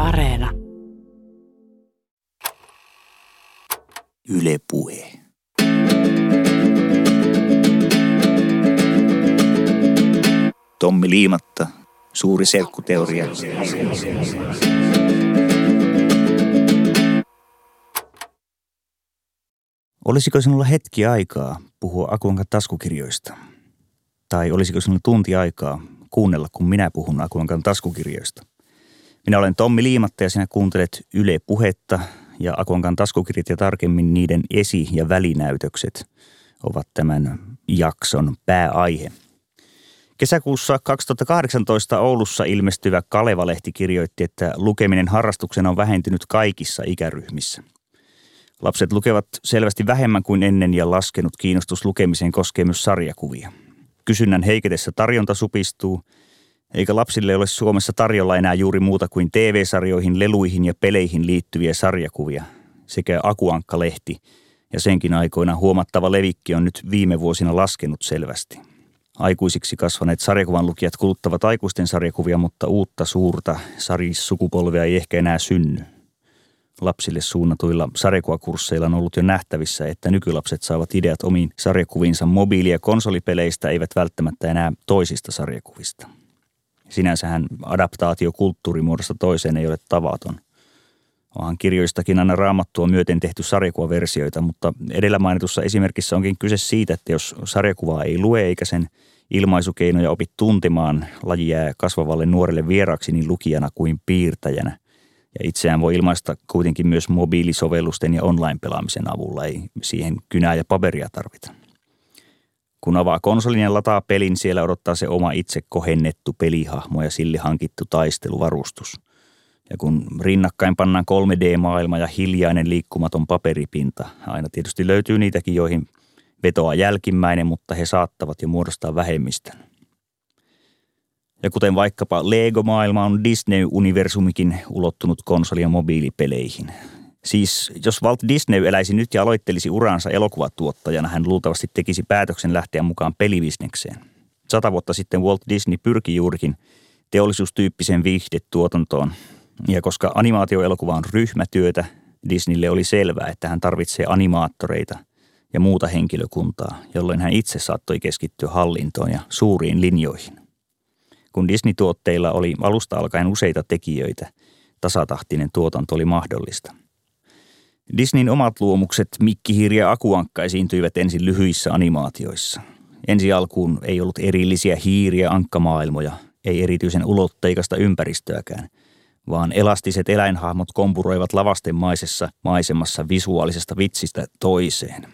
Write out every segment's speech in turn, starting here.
Areena. Yle Puhe. Tommi Liimatta, suuri serkkuteoria. Olisiko sinulla hetki aikaa puhua Akuankan taskukirjoista? Tai olisiko sinulla tunti aikaa kuunnella, kun minä puhun Akuankan taskukirjoista? Minä olen Tommi Liimatta ja sinä kuuntelet Yle Puhetta ja Akuankan taskukirjat ja tarkemmin niiden esi- ja välinäytökset ovat tämän jakson pääaihe. Kesäkuussa 2018 Oulussa ilmestyvä Kaleva-lehti kirjoitti, että lukeminen harrastuksena on vähentynyt kaikissa ikäryhmissä. Lapset lukevat selvästi vähemmän kuin ennen ja laskenut kiinnostus lukemiseen koskee myös sarjakuvia. Kysynnän heiketessä tarjonta supistuu, eikä lapsille ole Suomessa tarjolla enää juuri muuta kuin TV-sarjoihin, leluihin ja peleihin liittyviä sarjakuvia sekä Akuankka-lehti, ja senkin aikoina huomattava levikki on nyt viime vuosina laskenut selvästi. Aikuisiksi kasvaneet sarjakuvan lukijat kuluttavat aikuisten sarjakuvia, mutta uutta suurta sarjissukupolvea ei ehkä enää synny. Lapsille suunnatuilla sarjakuvakursseilla on ollut jo nähtävissä, että nykylapset saavat ideat omiin sarjakuviinsa mobiili- ja konsolipeleistä, eivät välttämättä enää toisista sarjakuvista. Sinänsähän adaptaatio kulttuurimuodosta toiseen ei ole tavaton. Onhan kirjoistakin aina Raamattua myöten tehty sarjakuvaversioita, mutta edellä mainitussa esimerkissä onkin kyse siitä, että jos sarjakuvaa ei lue eikä sen ilmaisukeinoja opi tuntemaan, laji jää kasvavalle nuorelle vieraaksi niin lukijana kuin piirtäjänä. Ja itseään voi ilmaista kuitenkin myös mobiilisovellusten ja online-pelaamisen avulla, ei siihen kynää ja paperia tarvita. Kun avaa konsolin ja lataa pelin, siellä odottaa se oma itse kohennettu pelihahmo ja sille hankittu taisteluvarustus. Ja kun rinnakkain pannaan 3D-maailma ja hiljainen liikkumaton paperipinta, aina tietysti löytyy niitäkin, joihin vetoaa jälkimmäinen, mutta he saattavat jo muodostaa vähemmistön. Ja kuten vaikkapa Lego-maailma on Disney-universumikin ulottunut konsoli- ja mobiilipeleihin. Siis jos Walt Disney eläisi nyt ja aloittelisi uransa elokuvatuottajana, hän luultavasti tekisi päätöksen lähteä mukaan pelibisnekseen. 100 vuotta sitten Walt Disney pyrki juurikin teollisuustyyppiseen viihdetuotantoon. Ja koska animaatioelokuva on ryhmätyötä, Disneylle oli selvää, että hän tarvitsee animaattoreita ja muuta henkilökuntaa, jolloin hän itse saattoi keskittyä hallintoon ja suuriin linjoihin. Kun Disney-tuotteilla oli alusta alkaen useita tekijöitä, tasatahtinen tuotanto oli mahdollista. Disneyn omat luomukset Mikki, Hiiri ja Akuankka esiintyivät ensin lyhyissä animaatioissa. Ensi alkuun ei ollut erillisiä hiiri- ja ankkamaailmoja, ei erityisen ulotteikasta ympäristöäkään, vaan elastiset eläinhahmot kompuroivat lavastenmaisessa maisemassa visuaalisesta vitsistä toiseen.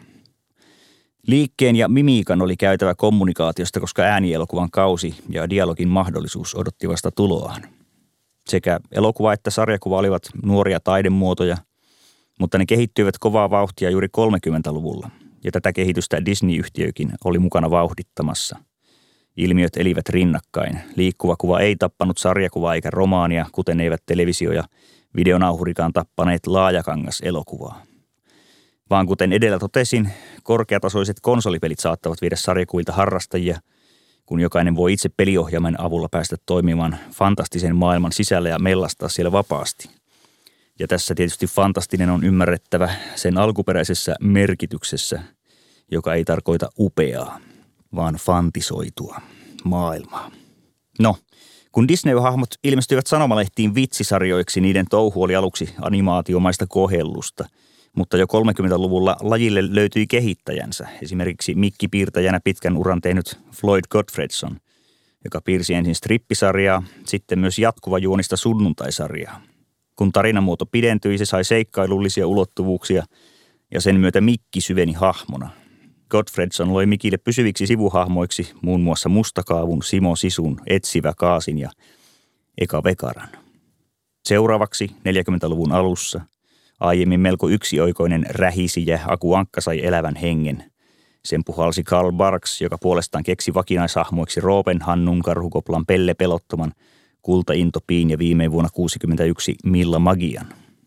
Liikkeen ja mimiikan oli käytävä kommunikaatiosta, koska äänielokuvan kausi ja dialogin mahdollisuus odotti vasta tuloaan. Sekä elokuva että sarjakuva olivat nuoria taidemuotoja, mutta ne kehittyivät kovaa vauhtia juuri 30-luvulla, ja tätä kehitystä Disney-yhtiökin oli mukana vauhdittamassa. Ilmiöt elivät rinnakkain. Liikkuva kuva ei tappanut sarjakuvaa eikä romaania, kuten eivät televisio- ja videonauhurikaan tappaneet laajakangas-elokuvaa. Vaan kuten edellä totesin, korkeatasoiset konsolipelit saattavat viedä sarjakuvilta harrastajia, kun jokainen voi itse peliohjaimen avulla päästä toimimaan fantastisen maailman sisällä ja mellastaa siellä vapaasti. Ja tässä tietysti fantastinen on ymmärrettävä sen alkuperäisessä merkityksessä, joka ei tarkoita upeaa, vaan fantisoitua maailmaa. No, kun Disney-hahmot ilmestyivät sanomalehtiin vitsisarjoiksi, niiden touhu oli aluksi animaatiomaista kohellusta, mutta jo 30-luvulla lajille löytyi kehittäjänsä, esimerkiksi Mikki-piirtäjänä pitkän uran tehnyt Floyd Gottfredson, joka piirsi ensin strippisarjaa, sitten myös jatkuvajuonista sunnuntaisarjaa. Kun tarinamuoto pidentyi, se sai seikkailullisia ulottuvuuksia ja sen myötä Mikki syveni hahmona. Gottfredson loi Mikille pysyviksi sivuhahmoiksi muun muassa Mustakaavun, Simo Sisun, Etsivä Kaasin ja Eka Vekaran. Seuraavaksi 40-luvun alussa aiemmin melko yksioikoinen rähisijä Akuankka sai elävän hengen. Sen puhalsi Karl Barks, joka puolestaan keksi vakinaishahmoiksi Roopen, Hannun, Karhukoplan, Pelle Pelottoman, Kulta-Into Piin ja viime vuonna 1961 Milla Magian.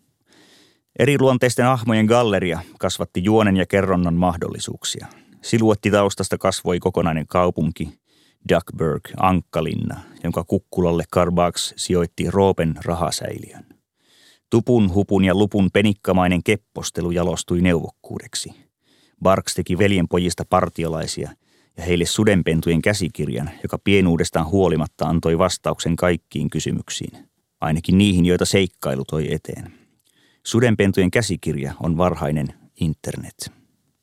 Eriluonteisten hahmojen galleria kasvatti juonen ja kerronnan mahdollisuuksia. Siluettitaustasta kasvoi kokonainen kaupunki, Duckburg, Ankkalinna, jonka kukkulalle Karl Barks sijoitti Roopen rahasäiliön. Tupun, hupun ja lupun penikkamainen keppostelu jalostui neuvokkuudeksi. Barks teki veljenpojista partiolaisia ja heille sudenpentujen käsikirjan, joka pienuudestaan huolimatta antoi vastauksen kaikkiin kysymyksiin. Ainakin niihin, joita seikkailu toi eteen. Sudenpentujen käsikirja on varhainen internet.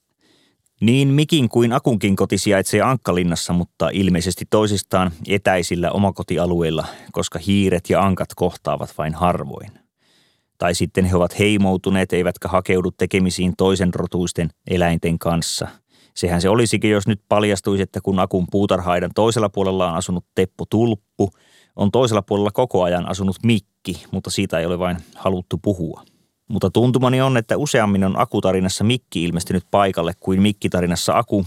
Niin Mikin kuin Akunkin koti sijaitsee Ankkalinnassa, mutta ilmeisesti toisistaan etäisillä omakotialueilla, koska hiiret ja ankat kohtaavat vain harvoin. Tai sitten he ovat heimoutuneet eivätkä hakeudu tekemisiin toisen rotuisten eläinten kanssa. Sehän se olisikin, jos nyt paljastuisi, että kun Akun puutarhaidan toisella puolella on asunut Teppo Tulppu, on toisella puolella koko ajan asunut Mikki, mutta siitä ei ole vain haluttu puhua. Mutta tuntumani on, että useammin on Aku-tarinassa Mikki ilmestynyt paikalle kuin Mikki-tarinassa Aku.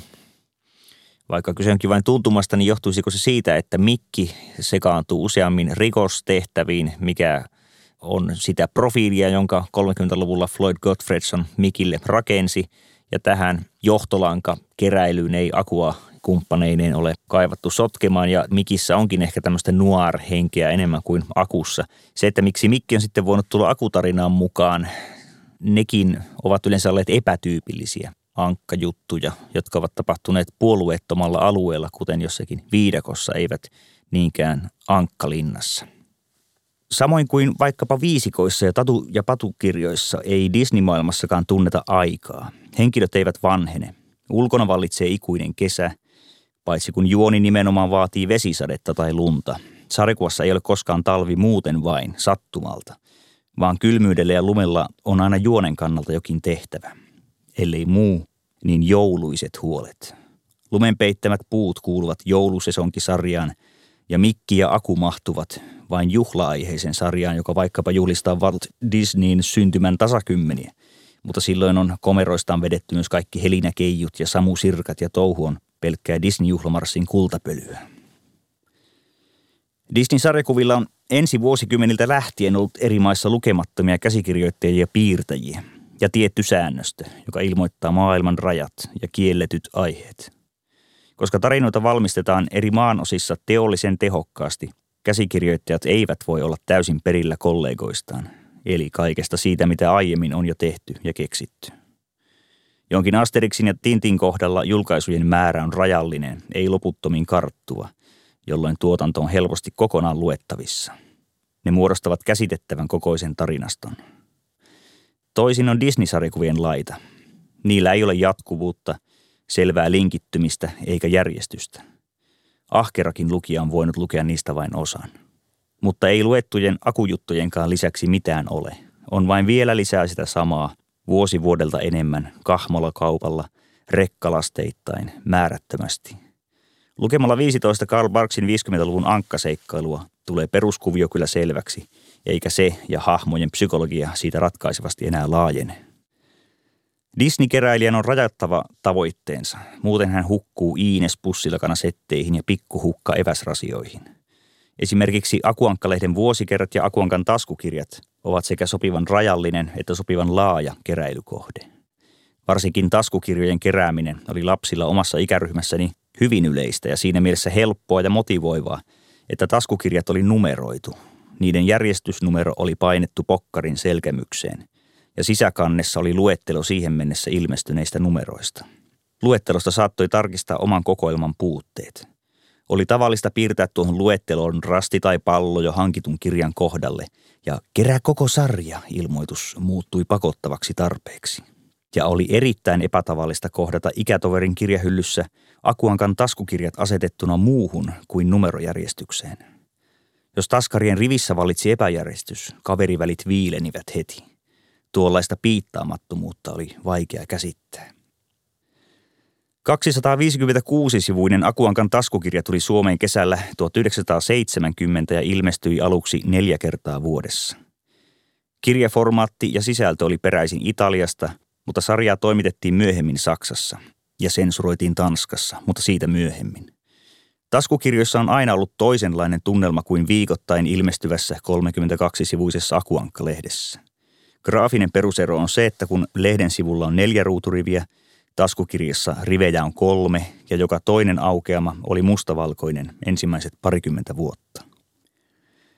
Vaikka kyse onkin vain tuntumasta, niin johtuisiko se siitä, että Mikki sekaantuu useammin rikostehtäviin, mikä on sitä profiilia, jonka 30-luvulla Floyd Gottfredson Mikille rakensi. Ja tähän johtolanka-keräilyyn ei Akua kumppaneineen ole kaivattu sotkemaan, ja Mikissä onkin ehkä tämmöistä noir-henkeä enemmän kuin Akussa. Se, että miksi Mikki on sitten voinut tulla Akutarinaan mukaan, nekin ovat yleensä olleet epätyypillisiä ankkajuttuja, jotka ovat tapahtuneet puolueettomalla alueella, kuten jossakin viidakossa, eivät niinkään Ankkalinnassa. Samoin kuin vaikkapa viisikoissa ja tatu- ja patukirjoissa ei Disney-maailmassakaan tunneta aikaa. Henkilöt eivät vanhene. Ulkona vallitsee ikuinen kesä, paitsi kun juoni nimenomaan vaatii vesisadetta tai lunta. Sarjakuvassa ei ole koskaan talvi muuten vain sattumalta, vaan kylmyydellä ja lumella on aina juonen kannalta jokin tehtävä. Ellei muu, niin jouluiset huolet. Lumen peittämät puut kuuluvat joulusesonki-sarjaan ja Mikki ja Aku mahtuvat vain juhla-aiheisen sarjaan, joka vaikkapa juhlistaa Walt Disneyn syntymän tasakymmeniä. Mutta silloin on komeroistaan vedetty myös kaikki helinäkeijut ja samusirkat ja touhu on pelkkää Disney-juhlamarssin kultapölyä. Disney-sarjakuvilla on ensi vuosikymmeniltä lähtien ollut eri maissa lukemattomia käsikirjoittajia ja piirtäjiä ja tietty säännöstö, joka ilmoittaa maailman rajat ja kielletyt aiheet. Koska tarinoita valmistetaan eri maanosissa teollisen tehokkaasti, käsikirjoittajat eivät voi olla täysin perillä kollegoistaan, eli kaikesta siitä, mitä aiemmin on jo tehty ja keksitty. Jonkin Asterixin ja Tintin kohdalla julkaisujen määrä on rajallinen, ei loputtomin karttuva, jolloin tuotanto on helposti kokonaan luettavissa. Ne muodostavat käsitettävän kokoisen tarinaston. Toisin on Disney-sarjakuvien laita. Niillä ei ole jatkuvuutta, selvää linkittymistä eikä järjestystä. Ahkerakin lukija on voinut lukea niistä vain osan. Mutta ei luettujen akujuttujenkaan lisäksi mitään ole. On vain vielä lisää sitä samaa, vuosi vuodelta enemmän, kahmolakaupalla, rekkalasteittain, määrättömästi. Lukemalla 15 Carl Barksin 50-luvun ankkaseikkailua tulee peruskuvio kyllä selväksi, eikä se ja hahmojen psykologia siitä ratkaisevasti enää laajene. Disney-keräilijän on rajattava tavoitteensa, muuten hän hukkuu Iines-pussilakana-setteihin ja pikkuhukka eväsrasioihin. Esimerkiksi Akuankka-lehden vuosikerrat ja Akuankan taskukirjat ovat sekä sopivan rajallinen että sopivan laaja keräilykohde. Varsinkin taskukirjojen kerääminen oli lapsilla omassa ikäryhmässäni hyvin yleistä ja siinä mielessä helppoa ja motivoivaa, että taskukirjat oli numeroitu. Niiden järjestysnumero oli painettu pokkarin selkämykseen ja sisäkannessa oli luettelo siihen mennessä ilmestyneistä numeroista. Luettelosta saattoi tarkistaa oman kokoelman puutteet. Oli tavallista piirtää tuohon luetteloon rasti tai pallo jo hankitun kirjan kohdalle ja kerää koko sarja ilmoitus muuttui pakottavaksi tarpeeksi. Ja oli erittäin epätavallista kohdata ikätoverin kirjahyllyssä Akuankan taskukirjat asetettuna muuhun kuin numerojärjestykseen. Jos taskarien rivissä valitsi epäjärjestys, kaverivälit viilenivät heti. Tuollaista piittaamattomuutta oli vaikea käsittää. 256-sivuinen Akuankan taskukirja tuli Suomeen kesällä 1970 ja ilmestyi aluksi 4 kertaa vuodessa. Kirjaformaatti ja sisältö oli peräisin Italiasta, mutta sarjaa toimitettiin myöhemmin Saksassa ja sensuroitiin Tanskassa, mutta siitä myöhemmin. Taskukirjoissa on aina ollut toisenlainen tunnelma kuin viikoittain ilmestyvässä 32-sivuisessa Akuankka-lehdessä. Graafinen perusero on se, että kun lehden sivulla on 4 ruuturiviä, taskukirjassa rivejä on 3 ja joka toinen aukeama oli mustavalkoinen ensimmäiset 20 vuotta.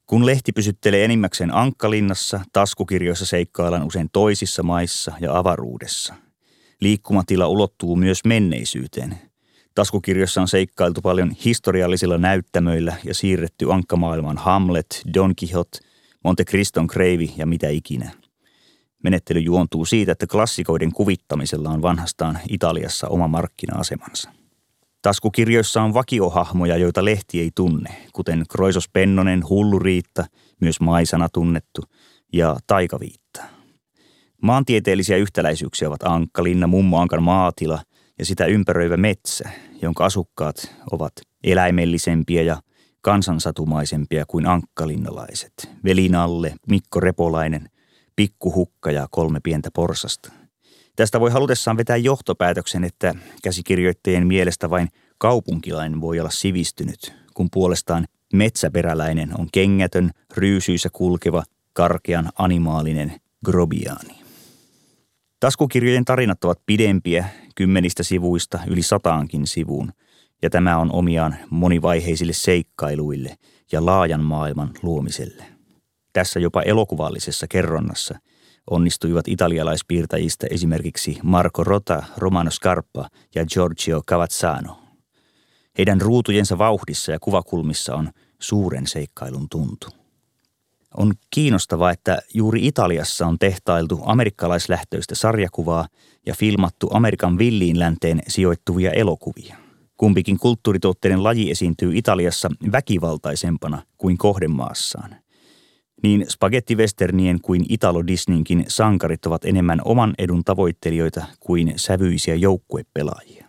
Kun lehti pysyttelee enimmäkseen Ankkalinnassa, taskukirjoissa seikkaillaan usein toisissa maissa ja avaruudessa. Liikkumatila ulottuu myös menneisyyteen. Taskukirjoissa on seikkailtu paljon historiallisilla näyttämöillä ja siirretty ankkamaailmaan Hamlet, Don Quixote, Monte Criston kreivi ja mitä ikinä. Menettely juontuu siitä, että klassikoiden kuvittamisella on vanhastaan Italiassa oma markkina-asemansa. Taskukirjoissa on vakiohahmoja, joita lehti ei tunne, kuten Kroisos Pennonen, Hullu Riitta, myös Maisana tunnettu, ja Taikaviitta. Maantieteellisiä yhtäläisyyksiä ovat Ankkalinna, Mummo Ankan maatila ja sitä ympäröivä metsä, jonka asukkaat ovat eläimellisempiä ja kansansatumaisempia kuin ankkalinnalaiset. Velinalle, Mikko Repolainen, Pikku Hukka ja 3 pientä porsasta. Tästä voi halutessaan vetää johtopäätöksen, että käsikirjoittajien mielestä vain kaupunkilainen voi olla sivistynyt, kun puolestaan metsäperäläinen on kengätön, ryysyissä kulkeva, karkean animaalinen grobiaani. Taskukirjojen tarinat ovat pidempiä, 10 sivuista yli 100 sivuun, ja tämä on omiaan monivaiheisille seikkailuille ja laajan maailman luomiselle. Tässä jopa elokuvallisessa kerronnassa onnistuivat italialaispiirtäjistä esimerkiksi Marco Rota, Romano Scarpa ja Giorgio Cavazzano. Heidän ruutujensa vauhdissa ja kuvakulmissa on suuren seikkailun tuntu. On kiinnostavaa, että juuri Italiassa on tehtailtu amerikkalaislähtöistä sarjakuvaa ja filmattu Amerikan villiin länteen sijoittuvia elokuvia. Kumpikin kulttuurituotteiden laji esiintyy Italiassa väkivaltaisempana kuin kohdemaassaan. Niin spagettivesternien kuin Italo-Disneynkin sankarit ovat enemmän oman edun tavoittelijoita kuin sävyisiä joukkuepelaajia.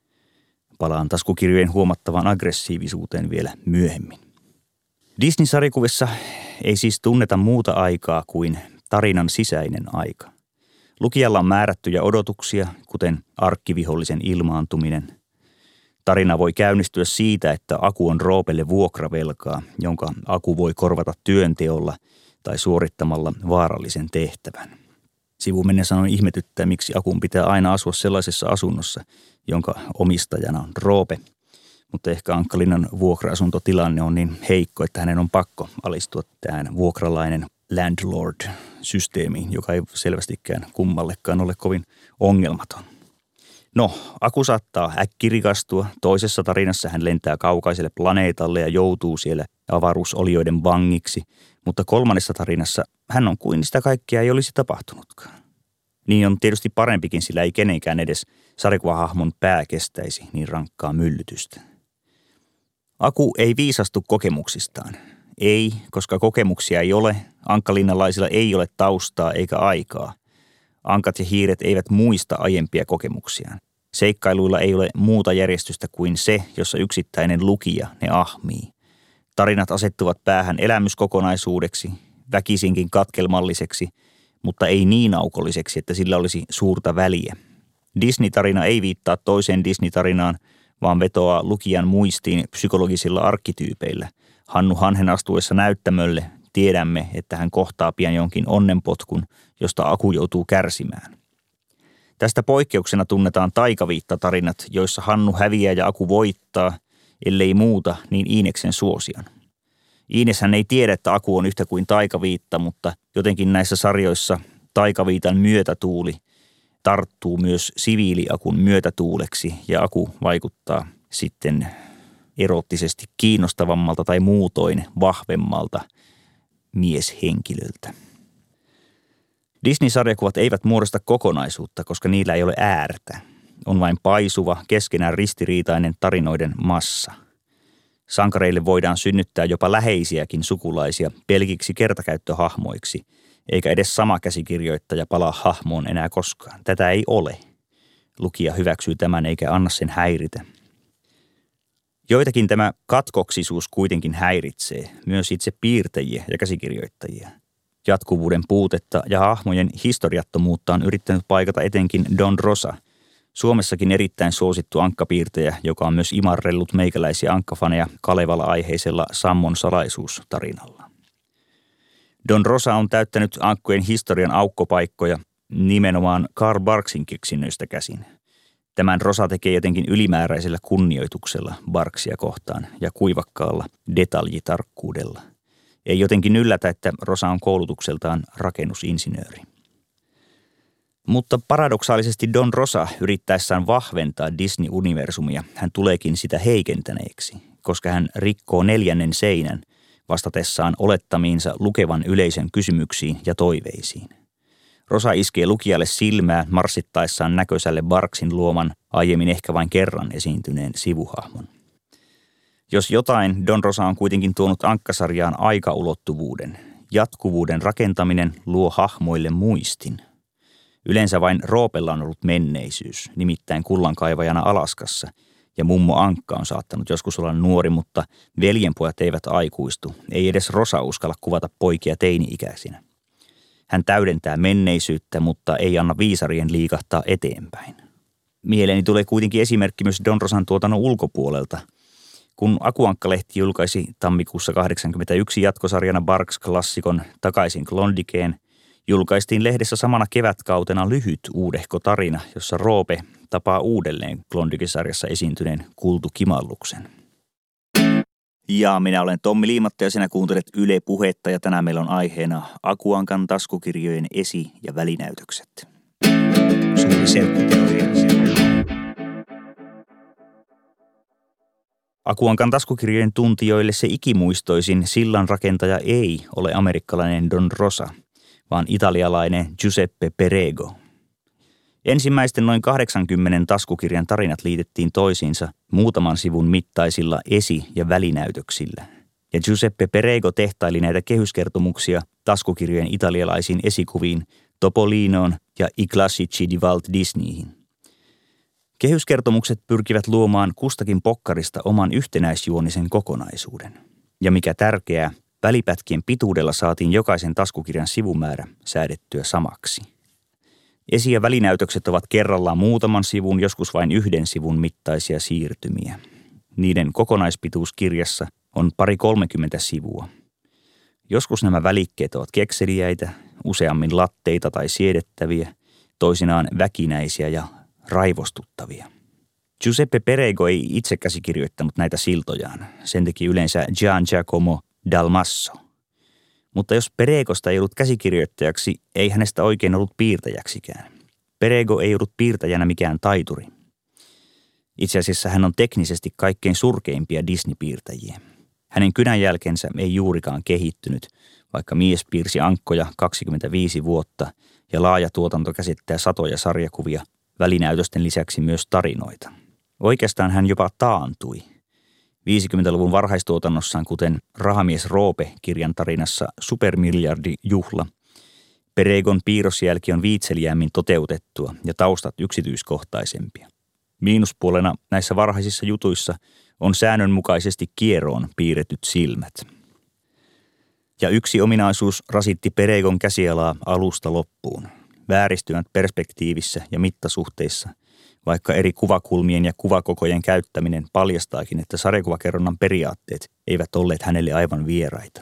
Palaan taskukirjojen huomattavaan aggressiivisuuteen vielä myöhemmin. Disney-sarjakuvissa ei siis tunneta muuta aikaa kuin tarinan sisäinen aika. Lukijalla on määrättyjä odotuksia, kuten arkkivihollisen ilmaantuminen. Tarina voi käynnistyä siitä, että Aku on Roopelle vuokravelkaa, jonka Aku voi korvata työnteolla tai suorittamalla vaarallisen tehtävän. Sivumennen sanoen ihmetyttää, miksi Akun pitää aina asua sellaisessa asunnossa, jonka omistajana on Roope. Mutta ehkä Ankkalinnan vuokra-asuntotilanne on niin heikko, että hänen on pakko alistua tähän vuokralainen landlord-systeemiin, joka ei selvästikään kummallekaan ole kovin ongelmaton. No, Aku saattaa äkkirikastua. Toisessa tarinassa hän lentää kaukaiselle planeetalle ja joutuu siellä avaruusolioiden vangiksi, mutta 3. tarinassa hän on kuin sitä kaikkea ei olisi tapahtunutkaan. Niin on tietysti parempikin, sillä ei kenenkään edes sarjakuvahahmon pää kestäisi niin rankkaa myllytystä. Aku ei viisastu kokemuksistaan. Ei, koska kokemuksia ei ole, ankkalinnalaisilla ei ole taustaa eikä aikaa. Ankat ja hiiret eivät muista aiempia kokemuksiaan. Seikkailuilla ei ole muuta järjestystä kuin se, jossa yksittäinen lukija ne ahmii. Tarinat asettuvat päähän elämyskokonaisuudeksi, väkisinkin katkelmalliseksi, mutta ei niin aukolliseksi, että sillä olisi suurta väliä. Disney-tarina ei viittaa toiseen Disney-tarinaan, vaan vetoaa lukijan muistiin psykologisilla arkkityypeillä. Hannu Hanhen astuessa näyttämölle tiedämme, että hän kohtaa pian jonkin onnenpotkun, josta Aku joutuu kärsimään. Tästä poikkeuksena tunnetaan Taikaviitta-tarinat, joissa Hannu häviää ja Aku voittaa, ellei muuta, niin Iineksen suosion. Iineshän ei tiedä, että Aku on yhtä kuin Taikaviitta, mutta jotenkin näissä sarjoissa Taikaviitan myötätuuli tarttuu myös siviiliakun myötätuuleksi ja Aku vaikuttaa sitten eroottisesti kiinnostavammalta tai muutoin vahvemmalta mieshenkilöltä. Disney-sarjakuvat eivät muodosta kokonaisuutta, koska niillä ei ole äärtä. On vain paisuva, keskenään ristiriitainen tarinoiden massa. Sankareille voidaan synnyttää jopa läheisiäkin sukulaisia pelkiksi kertakäyttöhahmoiksi, eikä edes sama käsikirjoittaja palaa hahmoon enää koskaan. Tätä ei ole. Lukija hyväksyy tämän eikä anna sen häiritä. Joitakin tämä katkoksisuus kuitenkin häiritsee, myös itse piirtäjiä ja käsikirjoittajia. Jatkuvuuden puutetta ja hahmojen historiattomuutta on yrittänyt paikata etenkin Don Rosa, Suomessakin erittäin suosittu ankkapiirtäjä, joka on myös imarrellut meikäläisiä ankkafaneja Kalevala-aiheisella Sammon salaisuustarinalla. Don Rosa on täyttänyt ankkojen historian aukkopaikkoja nimenomaan Karl Barksin keksinnöistä käsin. Tämän Rosa tekee jotenkin ylimääräisellä kunnioituksella Barksia kohtaan ja kuivakkaalla detaljitarkkuudella. Ei jotenkin yllätä, että Rosa on koulutukseltaan rakennusinsinööri. Mutta paradoksaalisesti Don Rosa yrittäessään vahventaa Disney-universumia, hän tuleekin sitä heikentäneeksi, koska hän rikkoo 4. seinän vastatessaan olettamiinsa lukevan yleisön kysymyksiin ja toiveisiin. Rosa iskee lukijalle silmää marssittaessaan näköiselle Barksin luoman aiemmin ehkä vain kerran esiintyneen sivuhahmon. Jos jotain, Don Rosa on kuitenkin tuonut Ankka-sarjaan aikaulottuvuuden. Jatkuvuuden rakentaminen luo hahmoille muistin. Yleensä vain Roopella on ollut menneisyys, nimittäin kullankaivajana Alaskassa, ja mummo Ankka on saattanut joskus olla nuori, mutta veljenpojat eivät aikuistu. Ei edes Rosa uskalla kuvata poikia teini-ikäisinä. Hän täydentää menneisyyttä, mutta ei anna viisarien liikahtaa eteenpäin. Mieleeni tulee kuitenkin esimerkki myös Don Rosan tuotannon ulkopuolelta. Kun Aku-Ankka-lehti julkaisi tammikuussa 1981 jatkosarjana Barks-klassikon Takaisin Klondikeen, julkaistiin lehdessä samana kevätkautena lyhyt uudehko tarina, jossa Roope tapaa uudelleen Klondike-sarjassa esiintyneen kultukimalluksen. Ja minä olen Tommi Liimatta ja sinä kuuntelet Yle Puhetta ja tänään meillä on aiheena Aku-Ankan taskukirjojen esi- ja välinäytökset. Suuri serkkuteoria. Aku-Ankan taskukirjojen tuntijoille se ikimuistoisin sillanrakentaja ei ole amerikkalainen Don Rosa, vaan italialainen Giuseppe Perego. Ensimmäisten noin 80 taskukirjan tarinat liitettiin toisiinsa muutaman sivun mittaisilla esi- ja välinäytöksillä. Ja Giuseppe Perego tehtaili näitä kehyskertomuksia taskukirjojen italialaisiin esikuviin Topolinoon ja I classici di Walt Disneyhin. Kehyskertomukset pyrkivät luomaan kustakin pokkarista oman yhtenäisjuonisen kokonaisuuden. Ja mikä tärkeää, välipätkien pituudella saatiin jokaisen taskukirjan sivumäärä säädettyä samaksi. Esi- ja välinäytökset ovat kerrallaan muutaman sivun, joskus vain 1 sivun mittaisia siirtymiä. Niiden kokonaispituus kirjassa on 20-30 sivua. Joskus nämä välikkeet ovat kekseliäitä, useammin latteita tai siedettäviä, toisinaan väkinäisiä ja raivostuttavia. Giuseppe Perego ei itse käsikirjoittanut näitä siltojaan. Sen teki yleensä Gian Giacomo Dalmasso. Mutta jos Peregosta ei ollut käsikirjoittajaksi, ei hänestä oikein ollut piirtäjäksikään. Perego ei ollut piirtäjänä mikään taituri. Itse asiassa hän on teknisesti kaikkein surkeimpia Disney-piirtäjiä. Hänen kynänjälkensä ei juurikaan kehittynyt, vaikka mies piirsi ankkoja 25 vuotta ja laaja tuotanto käsittää satoja sarjakuvia, välinäytösten lisäksi myös tarinoita. Oikeastaan hän jopa taantui. 50-luvun varhaistuotannossaan, kuten Rahamies Roope-kirjan tarinassa Supermiljardi-juhla, Peregon piirrosjälki on viitseliämmin toteutettua ja taustat yksityiskohtaisempia. Miinuspuolena näissä varhaisissa jutuissa on säännönmukaisesti kieroon piirretyt silmät. Ja yksi ominaisuus rasitti Peregon käsialaa alusta loppuun. Vääristymät perspektiivissä ja mittasuhteissa, vaikka eri kuvakulmien ja kuvakokojen käyttäminen paljastaakin, että sarjakuvakerronnan periaatteet eivät olleet hänelle aivan vieraita.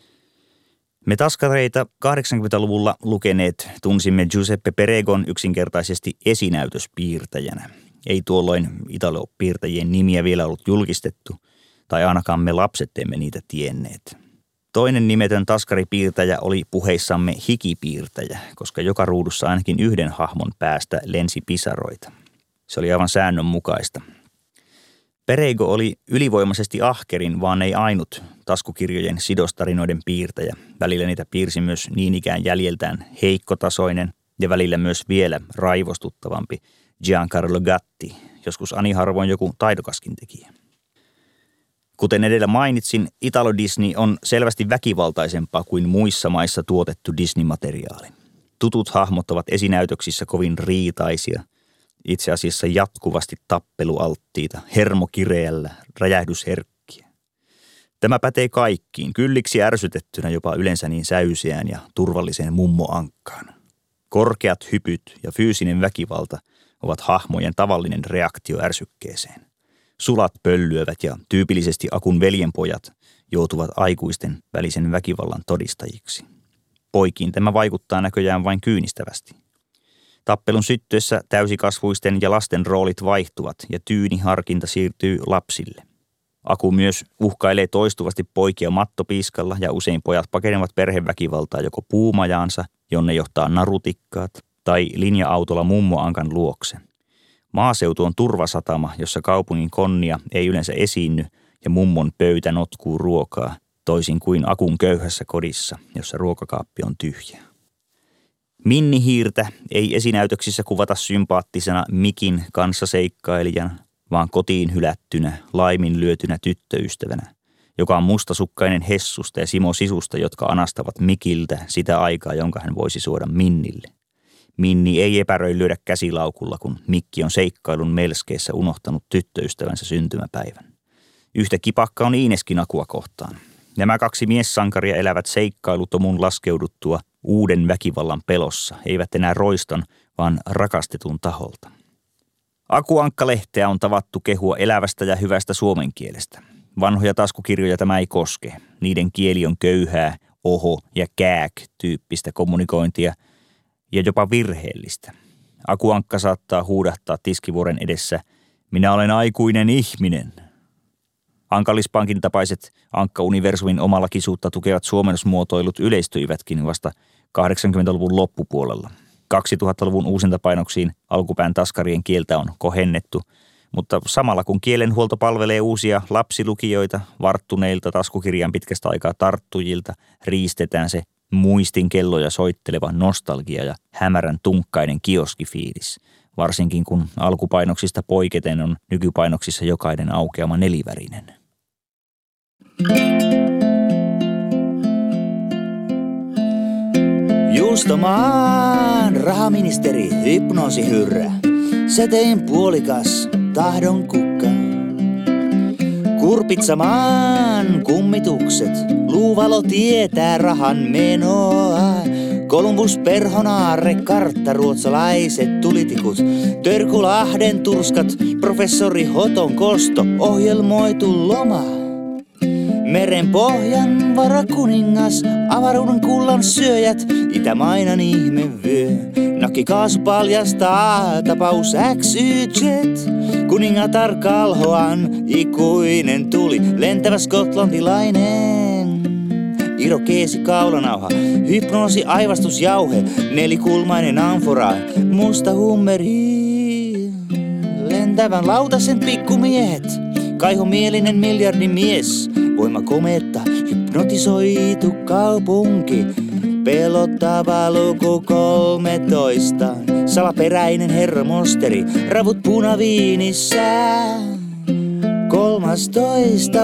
Me taskareita 80-luvulla lukeneet tunsimme Giuseppe Peregon yksinkertaisesti esinäytöspiirtäjänä. Ei tuolloin italo-piirtäjien nimiä vielä ollut julkistettu, tai ainakaan me lapset emme niitä tienneet. Toinen nimetön taskaripiirtäjä oli puheissamme hikipiirtäjä, koska joka ruudussa ainakin yhden hahmon päästä lensi pisaroita. Se oli aivan säännönmukaista. Perego oli ylivoimaisesti ahkerin, vaan ei ainut taskukirjojen sidostarinoiden piirtäjä. Välillä niitä piirsi myös niin ikään jäljeltään heikkotasoinen ja välillä myös vielä raivostuttavampi Giancarlo Gatti, joskus ani harvoin joku taidokaskin tekijä. Kuten edellä mainitsin, Italo Disney on selvästi väkivaltaisempaa kuin muissa maissa tuotettu Disney-materiaali. Tutut hahmot ovat esinäytöksissä kovin riitaisia, itse asiassa jatkuvasti tappelualttiita, hermokireällä, räjähdysherkkiä. Tämä pätee kaikkiin, kylliksi ärsytettynä jopa yleensä niin säyseään ja turvalliseen mummo Ankkaan. Korkeat hypyt ja fyysinen väkivalta ovat hahmojen tavallinen reaktio ärsykkeeseen. Sulat pöllyävät ja tyypillisesti Akun veljenpojat joutuvat aikuisten välisen väkivallan todistajiksi. Poikiin tämä vaikuttaa näköjään vain kyynistävästi. Tappelun syttyessä täysikasvuisten ja lasten roolit vaihtuvat ja tyyni harkinta siirtyy lapsille. Aku myös uhkailee toistuvasti poikia mattopiiskalla ja usein pojat pakenevat perheväkivaltaa joko puumajaansa, jonne johtaa narutikkaat, tai linja-autolla mummoankan luokse. Maaseutu on turvasatama, jossa kaupungin konnia ei yleensä esiinny ja mummon pöytä notkuu ruokaa, toisin kuin Akun köyhässä kodissa, jossa ruokakaappi on tyhjä. Minni-hiirtä ei esinäytöksissä kuvata sympaattisena Mikin kanssaseikkailijana, vaan kotiin hylättynä, laiminlyötynä tyttöystävänä, joka on mustasukkainen Hessusta ja Simo Sisusta, jotka anastavat Mikiltä sitä aikaa, jonka hän voisi suoda Minnille. Minni ei epäröi lyödä käsilaukulla, kun Mikki on seikkailun melskeessä unohtanut tyttöystävänsä syntymäpäivän. Yhtä kipakka on Iineskin Akua kohtaan. Nämä kaksi miessankaria elävät seikkailutomun laskeuduttua uuden väkivallan pelossa, eivät enää roiston, vaan rakastetun taholta. Akuankka-lehteä on tavattu kehua elävästä ja hyvästä suomen kielestä. Vanhoja taskukirjoja tämä ei koske. Niiden kieli on köyhää, oho ja kääk-tyyppistä kommunikointia ja jopa virheellistä. Akuankka saattaa huudahtaa tiskivuoren edessä, minä olen aikuinen ihminen. Ankalispankin tapaiset Ankka-universumin omalakisuutta tukevat suomennosmuotoilut yleistyivätkin vasta 80-luvun loppupuolella. 2000-luvun uusintapainoksiin alkupään taskarien kieltä on kohennettu, mutta samalla kun kielenhuolto palvelee uusia lapsilukijoita, varttuneilta taskukirjan pitkästä aikaa tarttujilta, riistetään se muistin kelloja soitteleva nostalgia ja hämärän tunkkainen kioskifiilis, varsinkin kun alkupainoksista poiketen on nykypainoksissa jokainen aukeama nelivärinen. Juustomaan rahaministeri hypnoosihyrrä, säteen puolikas tahdon kukka. Kurpitsamaan kummitukset, luuvalo tietää rahan menoa. Columbus Perhonaare, karttaruotsalaiset tulitikut, Törkulahden turskat, professori Hoton kosto, ohjelmoitu loma. Merenpohjan varakuningas, avaruuden kullan syöjät, Itämainan ihmevyö. Nakki kaasu paljastaa, tapaus XYZ. Kuningatar Kalhoan, ikuinen tuli, lentävä skotlantilainen. Irokeesi kaulanauha, hypnoosi aivastusjauhe, nelikulmainen amfora, musta hummeri. Lentävän lautasen pikkumiehet, kaihomielinen miljardimies, voima kometta, hypnotisoitu kaupunki, pelottava luku 13, salaperäinen herramosteri, ravut punaviinissä, 13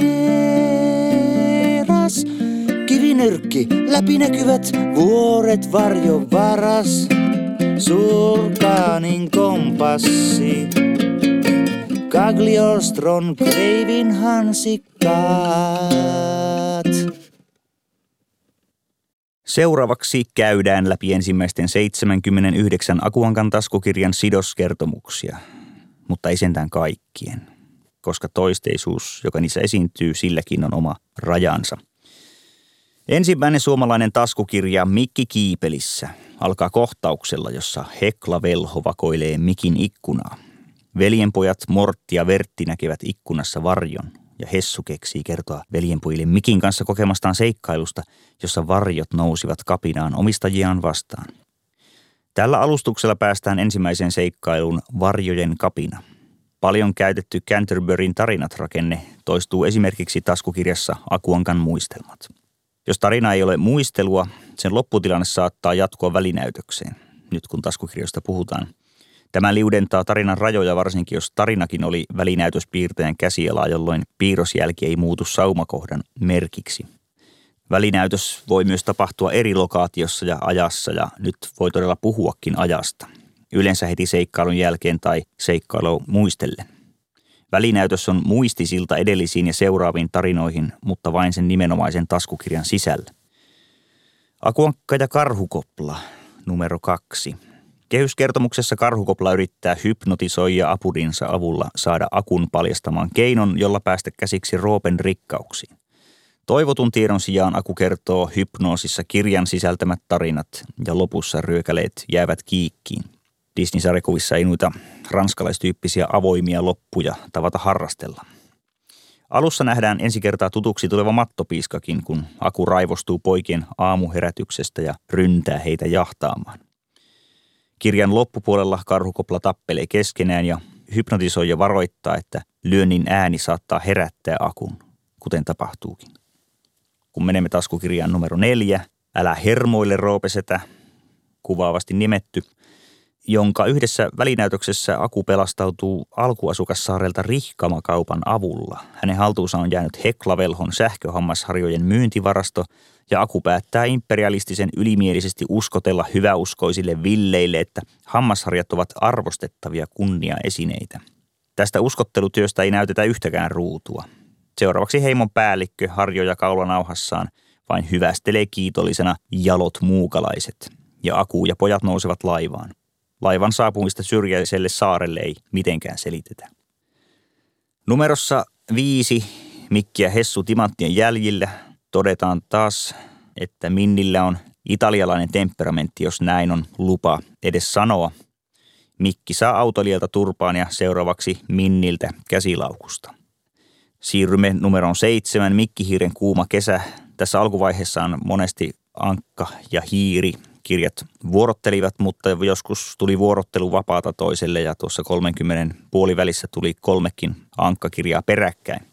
vieras, kivinyrkki, läpinäkyvät vuoret varjovaras, Sulkanin kompassi, Cagliostron kreivin hansikkaat. Seuraavaksi käydään läpi ensimmäisten 79 Akuankan taskukirjan sidoskertomuksia, mutta ei sentään kaikkien, koska toisteisuus, joka niissä esiintyy, silläkin on oma rajansa. Ensimmäinen suomalainen taskukirja Mikki Kiipelissä alkaa kohtauksella, jossa Hekla Velho vakoilee Mikin ikkunaa. Veljenpojat Mortti ja Vertti näkevät ikkunassa varjon ja Hessu keksii kertoa veljenpojille Mikin kanssa kokemastaan seikkailusta, jossa varjot nousivat kapinaan omistajiaan vastaan. Tällä alustuksella päästään ensimmäiseen seikkailuun Varjojen kapina. Paljon käytetty Canterburyn tarinat-rakenne toistuu esimerkiksi taskukirjassa Akuankan muistelmat. Jos tarina ei ole muistelua, sen lopputilanne saattaa jatkua välinäytökseen, nyt kun taskukirjoista puhutaan. Tämä liudentaa tarinan rajoja varsinkin, jos tarinakin oli välinäytöspiirtäjän käsialaa, jolloin piirrosjälki ei muutu saumakohdan merkiksi. Välinäytös voi myös tapahtua eri lokaatiossa ja ajassa, ja nyt voi todella puhuakin ajasta. Yleensä heti seikkailun jälkeen tai seikkailu muistellen. Välinäytös on muistisilta edellisiin ja seuraaviin tarinoihin, mutta vain sen nimenomaisen taskukirjan sisällä. Akuankka ja karhukopla, numero 2. Kehyskertomuksessa karhukopla yrittää hypnotisoija apudinsa avulla saada Akun paljastamaan keinon, jolla päästä käsiksi Roopen rikkauksiin. Toivotun tiedon sijaan Aku kertoo hypnoosissa kirjan sisältämät tarinat ja lopussa ryökäleet jäävät kiikkiin. Disney-sarjakuvissa ei noita ranskalaistyyppisiä avoimia loppuja tavata harrastella. Alussa nähdään ensi kertaa tutuksi tuleva mattopiiskakin, kun Aku raivostuu poikien aamuherätyksestä ja ryntää heitä jahtaamaan. Kirjan loppupuolella karhukopla tappelee keskenään ja hypnotisoi ja varoittaa, että lyönnin ääni saattaa herättää Akun, kuten tapahtuukin. Kun menemme taskukirjaan numero 4, Älä hermoille roopesetä, kuvaavasti nimetty, jonka yhdessä välinäytöksessä Aku pelastautuu alkuasukassaarelta Rihkamakaupan avulla. Hänen haltuunsa on jäänyt Heklavelhon sähköhammasharjojen myyntivarasto ja Aku päättää imperialistisen ylimielisesti uskotella hyväuskoisille villeille, että hammasharjat ovat arvostettavia kunniaesineitä. Tästä uskottelutyöstä ei näytetä yhtäkään ruutua. Seuraavaksi heimon päällikkö harjoja kaulanauhassaan vain hyvästelee kiitollisena jalot muukalaiset ja Aku ja pojat nousevat laivaan. Laivan saapumista syrjäiselle saarelle ei mitenkään selitetä. Numerossa 5, Mikki ja Hessu timanttien jäljillä, todetaan taas, että Minnillä on italialainen temperamentti, jos näin on lupa edes sanoa. Mikki saa autoilijalta turpaan ja seuraavaksi Minniltä käsilaukusta. Siirrymme numeroon 7, Mikkihiiren kuuma kesä. Tässä alkuvaiheessa on monesti ankka ja hiiri. Kirjat vuorottelivat, mutta joskus tuli vuorottelu vapaata toiselle ja tuossa 30 puolivälissä tuli 3 ankkakirjaa peräkkäin.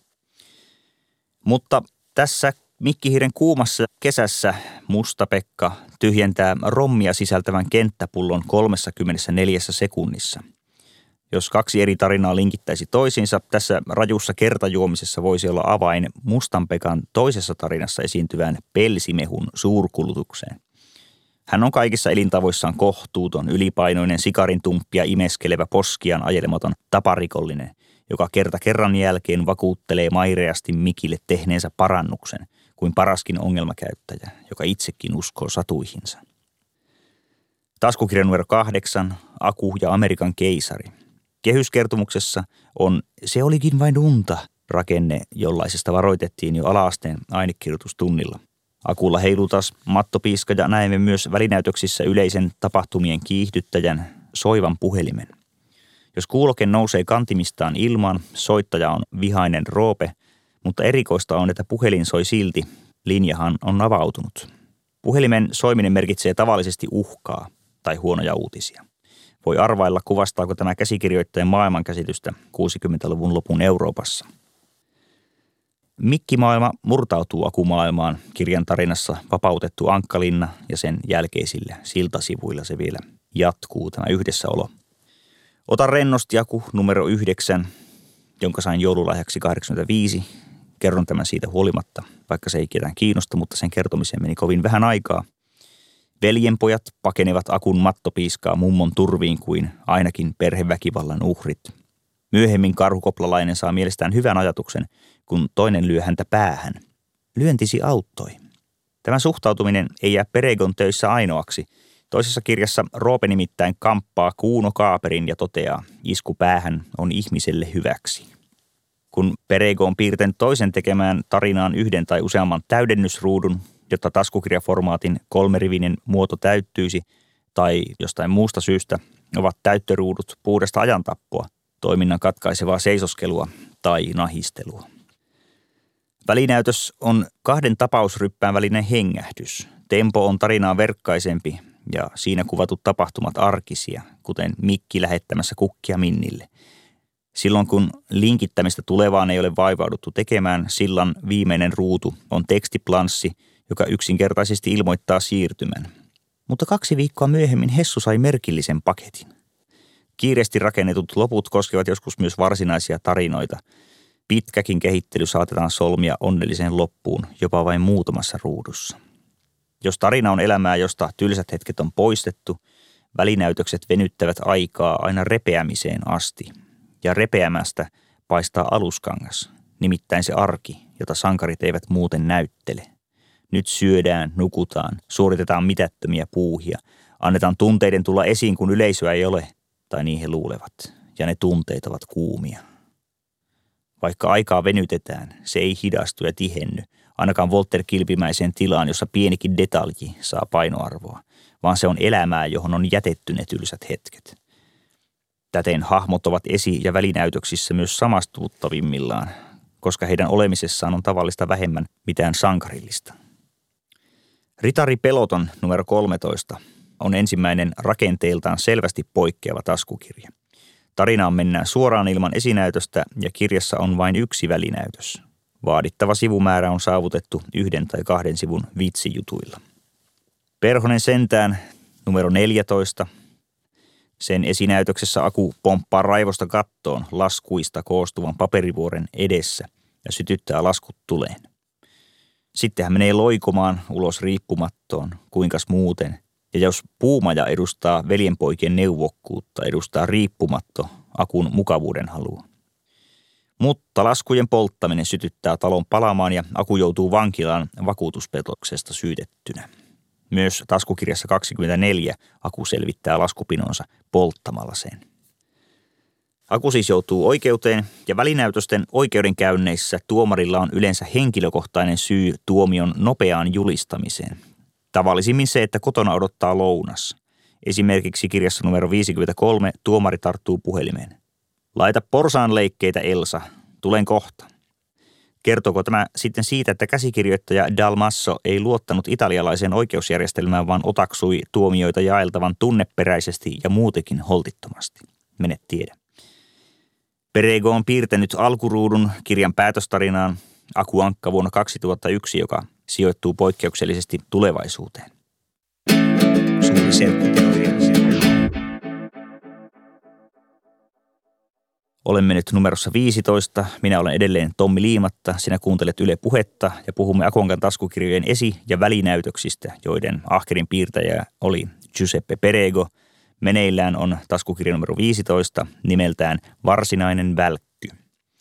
Mutta tässä Mikkihiiren kuumassa kesässä Musta-Pekka tyhjentää rommia sisältävän kenttäpullon 34 sekunnissa. Jos 2 eri tarinaa linkittäisi toisiinsa, tässä rajussa kertajuomisessa voisi olla avain Mustan-Pekan toisessa tarinassa esiintyvään pelsimehun suurkulutukseen. Hän on kaikissa elintavoissaan kohtuuton, ylipainoinen, sikarintumppia imeskelevä poskiaan ajelematon taparikollinen, joka kerta kerran jälkeen vakuuttelee maireasti Mikille tehneensä parannuksen kuin paraskin ongelmakäyttäjä, joka itsekin uskoo satuihinsa. Taskukirja numero 8, Aku ja Amerikan keisari. Kehyskertomuksessa on "se olikin vain unta" rakenne, jollaisesta varoitettiin jo ala-asteen ainekirjoitustunnilla. Akulla heiluu taas mattopiiska ja näemme myös välinäytöksissä yleisen tapahtumien kiihdyttäjän soivan puhelimen. Jos kuuloke nousee kantimistaan ilmaan, soittaja on vihainen roope, mutta erikoista on, että puhelin soi silti. Linjahan on avautunut. Puhelimen soiminen merkitsee tavallisesti uhkaa tai huonoja uutisia. Voi arvailla, kuvastaako tämä käsikirjoittajan maailmankäsitystä 60-luvun lopun Euroopassa. Mikkimaailma murtautuu Akumaailmaan kirjan tarinassa Vapautettu Ankkalinna ja sen jälkeisillä siltasivuilla se vielä jatkuu tämä yhdessäolo. Ota rennosti Aku numero 9, jonka sain joululahjaksi 85. Kerron tämän siitä huolimatta, vaikka se ei ketään kiinnosta, mutta sen kertomiseen meni kovin vähän aikaa. Veljenpojat pakenevat Akun mattopiiskaa mummon turviin kuin ainakin perheväkivallan uhrit. Myöhemmin karhukoplalainen saa mielestään hyvän ajatuksen, kun toinen lyö häntä päähän. Lyöntisi auttoi. Tämä suhtautuminen ei jää Peregon töissä ainoaksi. Toisessa kirjassa Roope nimittäin kamppaa Kuuno Kaaperin ja toteaa, isku päähän on ihmiselle hyväksi. Kun Perego on piirtänyt toisen tekemään tarinaan 1 tai useamman täydennysruudun, jotta taskukirjaformaatin 3-rivinen muoto täyttyisi, tai jostain muusta syystä ovat täyttöruudut puhdasta ajantappoa, toiminnan katkaisevaa seisoskelua tai nahistelua. Välinäytös on 2 tapausryppään välinen hengähdys. Tempo on tarinaa verkkaisempi ja siinä kuvatut tapahtumat arkisia, kuten Mikki lähettämässä kukkia Minnille. Silloin kun linkittämistä tulevaan ei ole vaivauduttu tekemään, sillan viimeinen ruutu on tekstiplanssi, joka yksinkertaisesti ilmoittaa siirtymän. Mutta 2 viikkoa myöhemmin Hessu sai merkillisen paketin. Kiireesti rakennetut loput koskevat joskus myös varsinaisia tarinoita. Pitkäkin kehittely saatetaan solmia onnelliseen loppuun jopa vain muutamassa ruudussa. Jos tarina on elämää, josta tylsät hetket on poistettu, välinäytökset venyttävät aikaa aina repeämiseen asti. Ja repeämästä paistaa aluskangas, nimittäin se arki, jota sankarit eivät muuten näyttele. Nyt syödään, nukutaan, suoritetaan mitättömiä puuhia, annetaan tunteiden tulla esiin, kun yleisöä ei ole, tai niin he luulevat, ja ne tunteet ovat kuumia. Vaikka aikaa venytetään, se ei hidastu ja tihenny, ainakaan Volter-kilpimäiseen tilaan, jossa pienikin detalji saa painoarvoa, vaan se on elämää, johon on jätetty ne tylsät hetket. Täten hahmot ovat esi- ja välinäytöksissä myös samastuttavimmillaan, koska heidän olemisessaan on tavallista vähemmän mitään sankarillista. Ritari Peloton numero 13 on ensimmäinen rakenteeltaan selvästi poikkeava taskukirja. Tarinaan mennään suoraan ilman esinäytöstä ja kirjassa on vain yksi välinäytös. Vaadittava sivumäärä on saavutettu 1 tai 2 sivun vitsijutuilla. Perhonen sentään numero 14. Sen esinäytöksessä Aku pomppaa raivosta kattoon laskuista koostuvan paperivuoren edessä ja sytyttää laskut tuleen. Sitten hän menee loikomaan ulos riippumattoon, kuinkas muuten. Ja jos puumaja edustaa veljenpoikien neuvokkuutta, edustaa riippumatto Akun mukavuuden halua. Mutta laskujen polttaminen sytyttää talon palamaan ja Aku joutuu vankilaan vakuutuspetoksesta syytettynä. Myös taskukirjassa 24 Aku selvittää laskupinonsa polttamalla sen. Aku siis joutuu oikeuteen ja välinäytösten oikeudenkäynneissä tuomarilla on yleensä henkilökohtainen syy tuomion nopeaan julistamiseen. Tavallisimmin se, että kotona odottaa lounas. Esimerkiksi kirjassa numero 53 tuomari tarttuu puhelimeen. Laita porsaanleikkeitä, Elsa. Tulen kohta. Kertooko tämä sitten siitä, että käsikirjoittaja Dalmasso ei luottanut italialaiseen oikeusjärjestelmään, vaan otaksui tuomioita jaeltavan tunneperäisesti ja muutenkin holtittomasti? Mene tiedä. Perego on piirtänyt alkuruudun kirjan päätöstarinaan Aku Ankka vuonna 2001, joka sijoittuu poikkeuksellisesti tulevaisuuteen. Suuri serkkuteoria. Olemme nyt numerossa 15. Minä olen edelleen Tommi Liimatta. Sinä kuuntelet Yle Puhetta ja puhumme Aku Ankan taskukirjojen esi- ja välinäytöksistä, joiden ahkerin piirtäjä oli Giuseppe Perego. Meneillään on taskukirja numero 15 nimeltään Varsinainen välkky.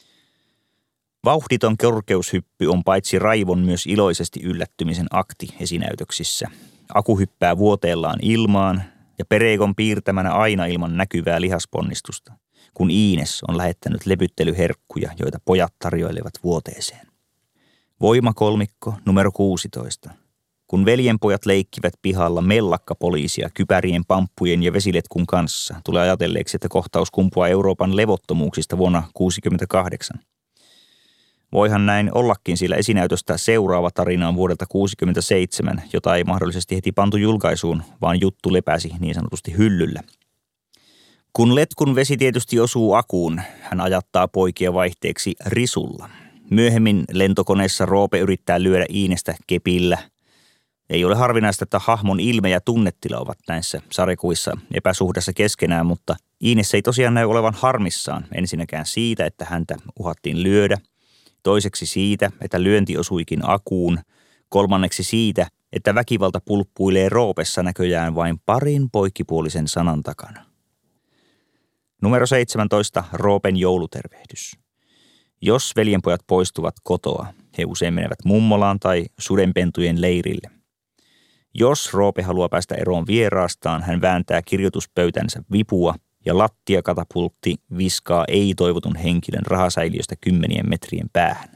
Vauhditon korkeushyppy on paitsi raivon myös iloisesti yllättymisen akti esinäytöksissä. Aku hyppää vuoteellaan ilmaan ja Peregon piirtämänä aina ilman näkyvää lihasponnistusta, kun Iines on lähettänyt lepyttelyherkkuja, joita pojat tarjoilevat vuoteeseen. Voimakolmikko numero 16. Kun veljenpojat leikkivät pihalla mellakkapoliisia kypärien, pamppujen ja vesiletkun kanssa, tulee ajatelleeksi, että kohtaus kumpuaa Euroopan levottomuuksista vuonna 1968. Voihan näin ollakin, sillä esinäytöstä seuraava tarina on vuodelta 1967, jota ei mahdollisesti heti pantu julkaisuun, vaan juttu lepäsi niin sanotusti hyllyllä. Kun letkun vesi tietysti osuu Akuun, hän ajattaa poikia vaihteeksi risulla. Myöhemmin lentokoneessa Roope yrittää lyödä Iinestä kepillä. Ei ole harvinaista, että hahmon ilme ja tunnetila ovat näissä sarjakuissa epäsuhdassa keskenään, mutta Iines ei tosiaan näy olevan harmissaan ensinnäkään siitä, että häntä uhattiin lyödä. Toiseksi siitä, että lyönti osuikin Akuun. Kolmanneksi siitä, että väkivalta pulppuilee Roopessa näköjään vain parin poikkipuolisen sanan takana. Numero 17. Roopen joulutervehdys. Jos veljenpojat poistuvat kotoa, he usein menevät mummolaan tai sudenpentujen leirille. Jos Roope haluaa päästä eroon vieraastaan, hän vääntää kirjoituspöytänsä vipua ja lattiakatapultti viskaa ei-toivotun henkilön rahasäiliöstä 10 metrien päähän.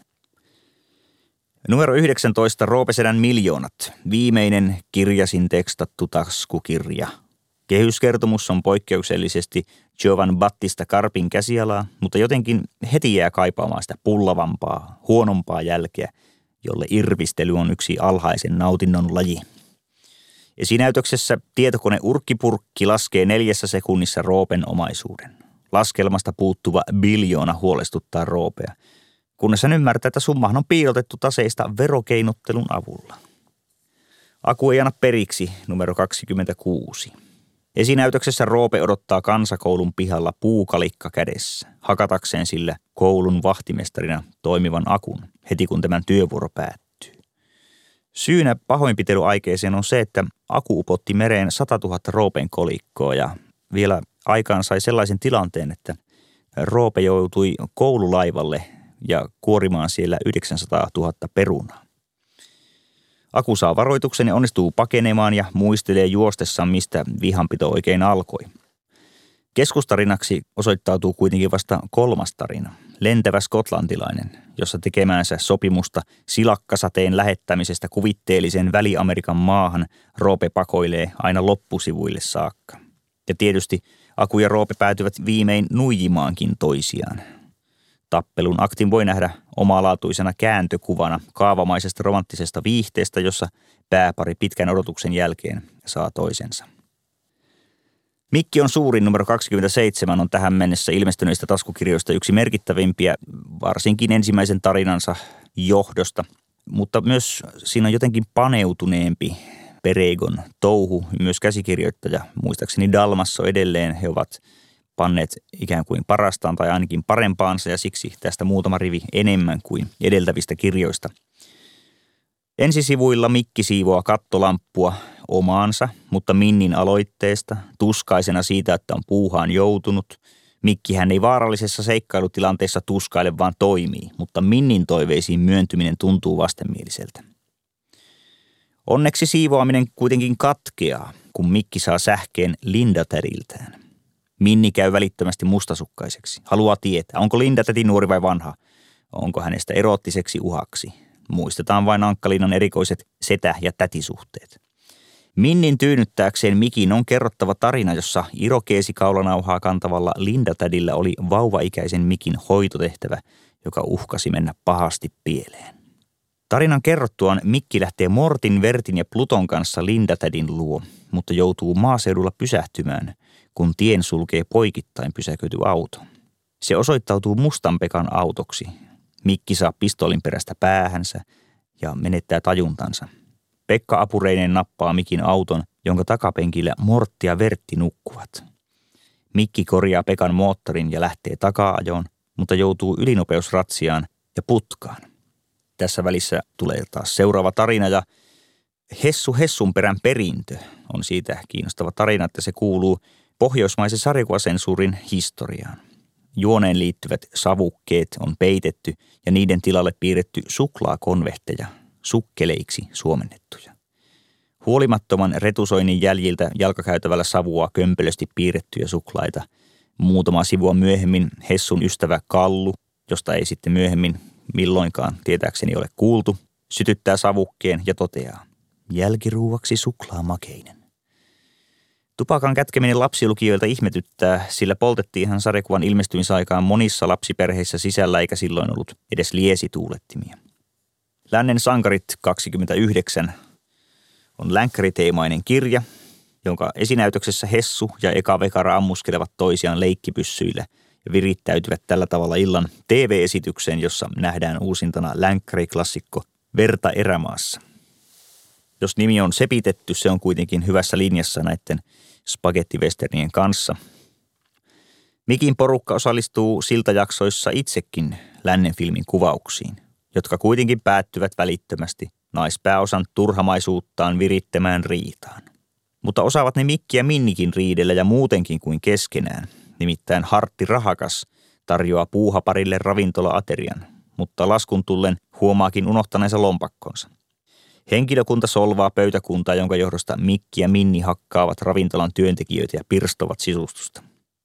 Numero 19. Roopesedän miljoonat. Viimeinen kirjasin tekstattu taskukirja. Kehyskertomus on poikkeuksellisesti Giovan Battista Carpin käsialaa, mutta jotenkin heti jää kaipaamaan sitä pullavampaa, huonompaa jälkeä, jolle irvistely on yksi alhaisen nautinnon laji. Esinäytöksessä tietokone urkkipurkki laskee 4 sekunnissa Roopen omaisuuden. Laskelmasta puuttuva biljoona huolestuttaa Roopea, kunnes hän ymmärtää, että summahan on piilotettu taseista verokeinottelun avulla. Aku ei anna periksi, numero 26. Esinäytöksessä Roope odottaa kansakoulun pihalla puukalikka kädessä, hakatakseen sillä koulun vahtimestarina toimivan Akun, heti kun tämän työvuoro päättyy. Syynä pahoinpitelyaikeeseen on se, että Aku upotti mereen 100 000 Roopen kolikkoa ja vielä aikaan sai sellaisen tilanteen, että Roope joutui koululaivalle ja kuorimaan siellä 900 000 perunaa. Aku saa varoituksen ja onnistuu pakenemaan ja muistelee juostessaan, mistä vihanpito oikein alkoi. Keskustarinaksi osoittautuu kuitenkin vasta 3. tarina, Lentävä skotlantilainen, jossa tekemäänsä sopimusta silakkasateen lähettämisestä kuvitteellisen Väli-Amerikan maahan Roope pakoilee aina loppusivuille saakka. Ja tietysti Aku ja Roope päätyvät viimein nuijimaankin toisiaan. Tappelun aktin voi nähdä omalaatuisena kääntökuvana kaavamaisesta romanttisesta viihteestä, jossa pääpari pitkän odotuksen jälkeen saa toisensa. Mikki on suurin, numero 27 on tähän mennessä ilmestyneistä taskukirjoista yksi merkittävimpiä, varsinkin ensimmäisen tarinansa johdosta. Mutta myös siinä on jotenkin paneutuneempi Peregon touhu, myös käsikirjoittaja, muistaakseni Dalmasso edelleen. He ovat panneet ikään kuin parastaan tai ainakin parempaansa ja siksi tästä muutama rivi enemmän kuin edeltävistä kirjoista. Ensisivuilla Mikki siivoaa kattolamppua omaansa, mutta Minnin aloitteesta, tuskaisena siitä, että on puuhaan joutunut. Mikkihän ei vaarallisessa seikkailutilanteessa tuskaile, vaan toimii, mutta Minnin toiveisiin myöntyminen tuntuu vastenmieliseltä. Onneksi siivoaminen kuitenkin katkeaa, kun Mikki saa sähkeen Linda-tädiltään. Minni käy välittömästi mustasukkaiseksi. Haluaa tietää, onko Linda-täti nuori vai vanha. Onko hänestä eroottiseksi uhaksi. Muistetaan vain Ankka-Liinan erikoiset setä- ja tätisuhteet. Minnin tyynyttääkseen Mikin on kerrottava tarina, jossa irokeesikaulanauhaa kantavalla Linda-tädillä oli vauvaikäisen Mikin hoitotehtävä, joka uhkasi mennä pahasti pieleen. Tarinan kerrottuaan Mikki lähtee Mortin, Vertin ja Pluton kanssa Linda-tädin luo, mutta joutuu maaseudulla pysähtymään, kun tien sulkee poikittain pysäköity auto. Se osoittautuu Mustan Pekan autoksi. Mikki saa pistoolin perästä päähänsä ja menettää tajuntansa. Pekka apureineen nappaa Mikin auton, jonka takapenkillä Mortti ja Vertti nukkuvat. Mikki korjaa Pekan moottorin ja lähtee taka-ajoon, mutta joutuu ylinopeusratsiaan ja putkaan. Tässä välissä tulee taas seuraava tarina ja Hessunperän perintö on siitä kiinnostava tarina, että se kuuluu pohjoismaisen sarjakuvasensuurin historiaan. Juoneen liittyvät savukkeet on peitetty ja niiden tilalle piirretty suklaakonvehteja, sukkeleiksi suomennettuja. Huolimattoman retusoinnin jäljiltä jalkakäytävällä savuaa kömpelösti piirrettyjä suklaita. Muutama sivua myöhemmin Hessun ystävä Kallu, josta ei sitten myöhemmin milloinkaan tietääkseni ole kuultu, sytyttää savukkeen ja toteaa: jälkiruuaksi suklaamakeinen. Tupakan kätkeminen lapsilukijoilta ihmetyttää, sillä poltettiinhan sarjakuvan ilmestymisaikaan monissa lapsiperheissä sisällä eikä silloin ollut edes liesituulettimia. Lännen sankarit 29 on länkkäriteimainen kirja, jonka esinäytöksessä Hessu ja Eka Vekara ammuskelevat toisiaan leikkipyssyillä ja virittäytyvät tällä tavalla illan TV-esitykseen, jossa nähdään uusintana länkkäriklassikko Verta erämaassa. Jos nimi on sepitetty, se on kuitenkin hyvässä linjassa näiden spagettivesternien kanssa. Mikin porukka osallistuu siltajaksoissa itsekin lännen filmin kuvauksiin, jotka kuitenkin päättyvät välittömästi naispääosan turhamaisuuttaan virittämään riitaan. Mutta osaavat ne Mikki ja Minnikin riidellä ja muutenkin kuin keskenään. Nimittäin Hartti Rahakas tarjoaa puuhaparille ravintola-aterian, mutta laskun tullen huomaakin unohtaneensa lompakkonsa. Henkilökunta solvaa pöytäkuntaa, jonka johdosta Mikki ja Minni hakkaavat ravintolan työntekijöitä ja pirstovat sisustusta.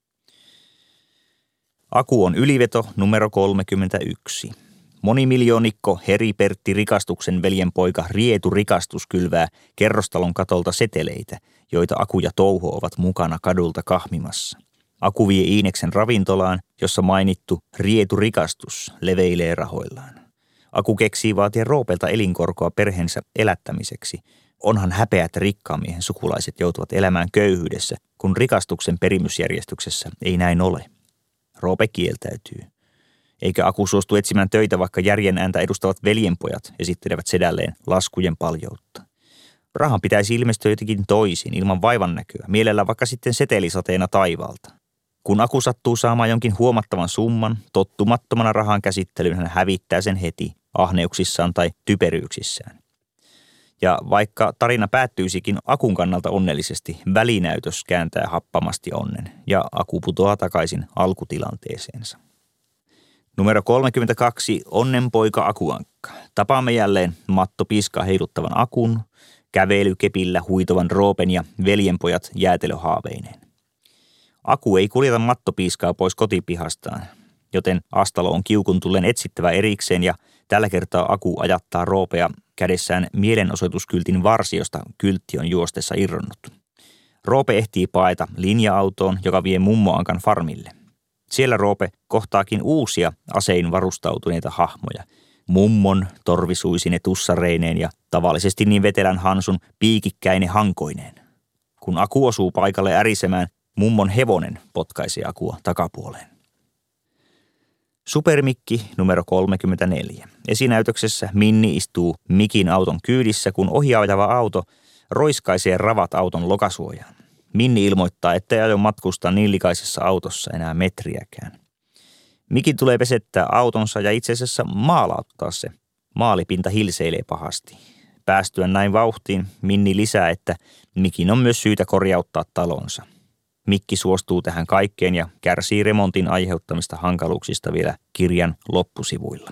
Aku on yliveto numero 31. Monimiljoonikko Heri-Pertti Rikastuksen veljenpoika Rietu Rikastus kylvää kerrostalon katolta seteleitä, joita Aku ja Touho ovat mukana kadulta kahmimassa. Aku vie Iineksen ravintolaan, jossa mainittu Rietu Rikastus leveilee rahoillaan. Aku keksii vaatia Roopelta elinkorkoa perheensä elättämiseksi. Onhan häpeä, että rikkaan miehen sukulaiset joutuvat elämään köyhyydessä, kun Rikastuksen perimysjärjestyksessä ei näin ole. Roope kieltäytyy. Eikä Aku suostu etsimään töitä, vaikka järjen ääntä edustavat veljenpojat esittelevät sedälleen laskujen paljoutta. Rahan pitäisi ilmestyä jotenkin toisin, ilman vaivannäköä, mielellään vaikka sitten setelisateena taivaalta. Kun Aku sattuu saamaan jonkin huomattavan summan, tottumattomana rahan käsittelyyn hän hävittää sen heti, ahneuksissaan tai typeryyksissään. Ja vaikka tarina päättyisikin Akun kannalta onnellisesti, välinäytös kääntää happamasti onnen ja Aku putoaa takaisin alkutilanteeseensa. Numero 32, Onnenpoika Akuankka. Tapaamme jälleen mattopiskaa heiluttavan Akun, kävelykepillä huitovan Roopen ja veljenpojat jäätelöhaaveineen. Aku ei kuljeta mattopiiskaa pois kotipihastaan, joten Astalo on kiukun tullen etsittävä erikseen ja tällä kertaa Aku ajattaa Roopea kädessään mielenosoituskyltin varsiosta kyltti on juostessa irronnut. Roope ehtii paeta linja-autoon, joka vie mummoankan farmille. Siellä Roope kohtaakin uusia asein varustautuneita hahmoja. Mummon torvisuisine tussareineen ja tavallisesti niin vetelän Hansun piikikkäine hankoineen. Kun Aku osuu paikalle ärisemään, mummon hevonen potkaisi Akua takapuoleen. Supermikki numero 34. Esinäytöksessä Minni istuu Mikin auton kyydissä, kun ohiajava auto roiskaisee ravat auton lokasuojaan. Minni ilmoittaa, ettei aio matkustaa niin likaisessa autossa enää metriäkään. Mikin tulee pesettää autonsa ja itse asiassa maalauttaa se. Maalipinta hilseilee pahasti. Päästyään näin vauhtiin, Minni lisää, että Mikin on myös syytä korjauttaa talonsa. Mikki suostuu tähän kaikkeen ja kärsii remontin aiheuttamista hankaluuksista vielä kirjan loppusivuilla.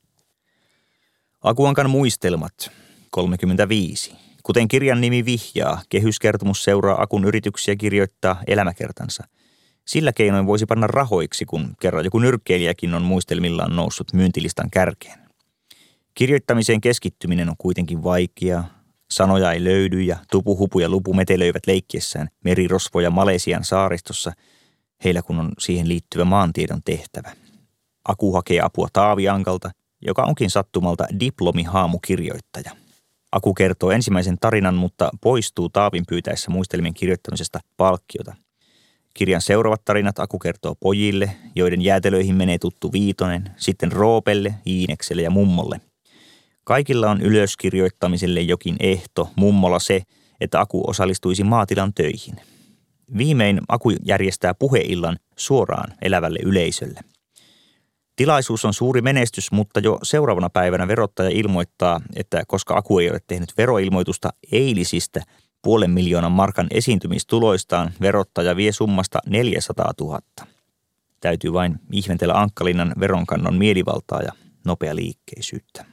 Akuankan muistelmat 35. Kuten kirjan nimi vihjaa, kehyskertomus seuraa Akun yrityksiä kirjoittaa elämäkertansa. Sillä keinoin voisi panna rahoiksi, kun kerran joku nyrkkeilijäkin on muistelmillaan noussut myyntilistan kärkeen. Kirjoittamiseen keskittyminen on kuitenkin vaikeaa. Sanoja ei löydy ja tupuhupu ja lupu metelöivät leikkiessään merirosvoja Malesian saaristossa, heillä kun on siihen liittyvä maantiedon tehtävä. Aku hakee apua Taavi Ankalta, joka onkin sattumalta diplomihaamukirjoittaja. Aku kertoo ensimmäisen tarinan, mutta poistuu Taavin pyytäessä muistelmien kirjoittamisesta palkkiota. Kirjan seuraavat tarinat Aku kertoo pojille, joiden jäätelöihin menee tuttu Viitonen, sitten Roopelle, Iinekselle ja mummolle. Kaikilla on ylöskirjoittamiselle jokin ehto, mummolla se, että Aku osallistuisi maatilan töihin. Viimein Aku järjestää puheillan suoraan elävälle yleisölle. Tilaisuus on suuri menestys, mutta jo seuraavana päivänä verottaja ilmoittaa, että koska Aku ei ole tehnyt veroilmoitusta eilisistä 500 000 markan esiintymistuloistaan, verottaja vie summasta 400 000. Täytyy vain ihmetellä Ankkalinnan veronkannon mielivaltaa ja nopealiikkeisyyttä.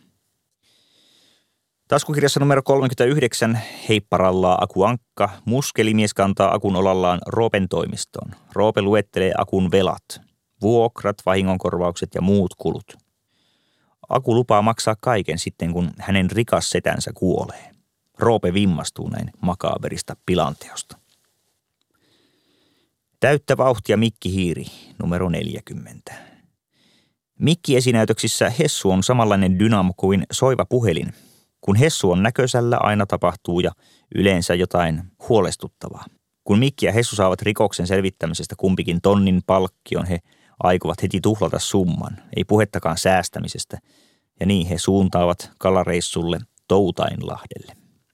Taskukirjassa numero 39 heipparallaa Aku Ankka. Muskelimies kantaa Akun olallaan Roopen toimistoon. Roope luettelee Akun velat, vuokrat, vahingonkorvaukset ja muut kulut. Aku lupaa maksaa kaiken sitten, kun hänen rikas setänsä kuolee. Roope vimmastuu näin makaaberista pilanteosta. Täyttä vauhtia Mikki Hiiri numero 40. Mikki-esinäytöksissä Hessu on samanlainen dynamo kuin soiva puhelin. Kun Hessu on näköisellä, aina tapahtuu ja yleensä jotain huolestuttavaa. Kun Mikki ja Hessu saavat rikoksen selvittämisestä kumpikin tonnin palkkion, he aikovat heti tuhlata summan, ei puhettakaan säästämisestä, ja niin he suuntaavat kalareissulle Toutainlahdelle.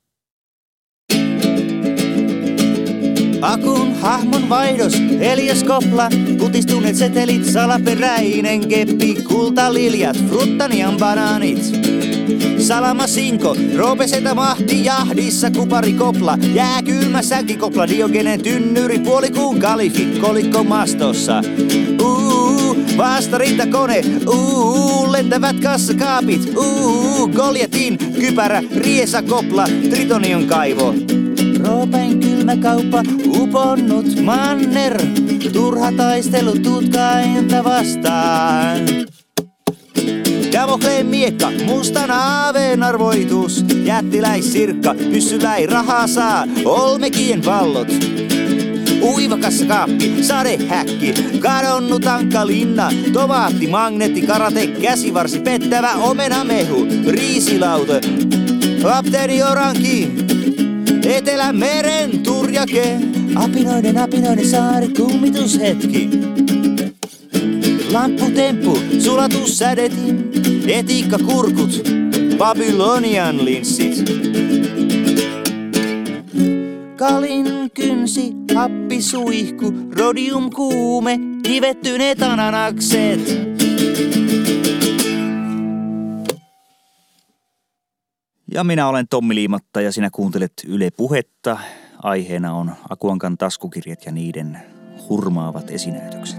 Akun hahmon vaihdos, Elias Kopla, kutistuneet setelit, salaperäinen keppi, kultaliljat, fruttanian banaanit. Salama Sinko, Roope Setä Mahti jahdissa, kupari Kopla, jääkylmä sänkikopla, Diogenen tynnyri, puolikuun kalifi, kolikko mastossa. Vastarintakone, lentävät kassakaapit, Goljatin kypärä, riesa kopla, Tritonion kaivo. Roopen kylmä kauppa, uponnut manner, turha taistelu tutkainta vastaan. Damokleen miekka, mustan aaveen arvoitus, jättiläissirkka, pyssyläi rahaa saa, olmekien pallot. Uivakassakaappi, sadehäkki, kadonnut Ankkalinna, tomaatti, magneetti, karate, käsivarsi, pettävä omenamehu, riisilaute, kapteeni Oranki, Etelämeren turjake, apinoiden saari, kummitushetki. Lampputemppu, sulatussädetin, etiikkakurkut, Babylonian linssit. Kalin kynsi, happisuihku, rodium kuume, kivettyneet ananakset. Ja minä olen Tommi Liimatta ja sinä kuuntelet Yle Puhetta. Aiheena on Aku Ankan taskukirjat ja niiden hurmaavat esinäytökset.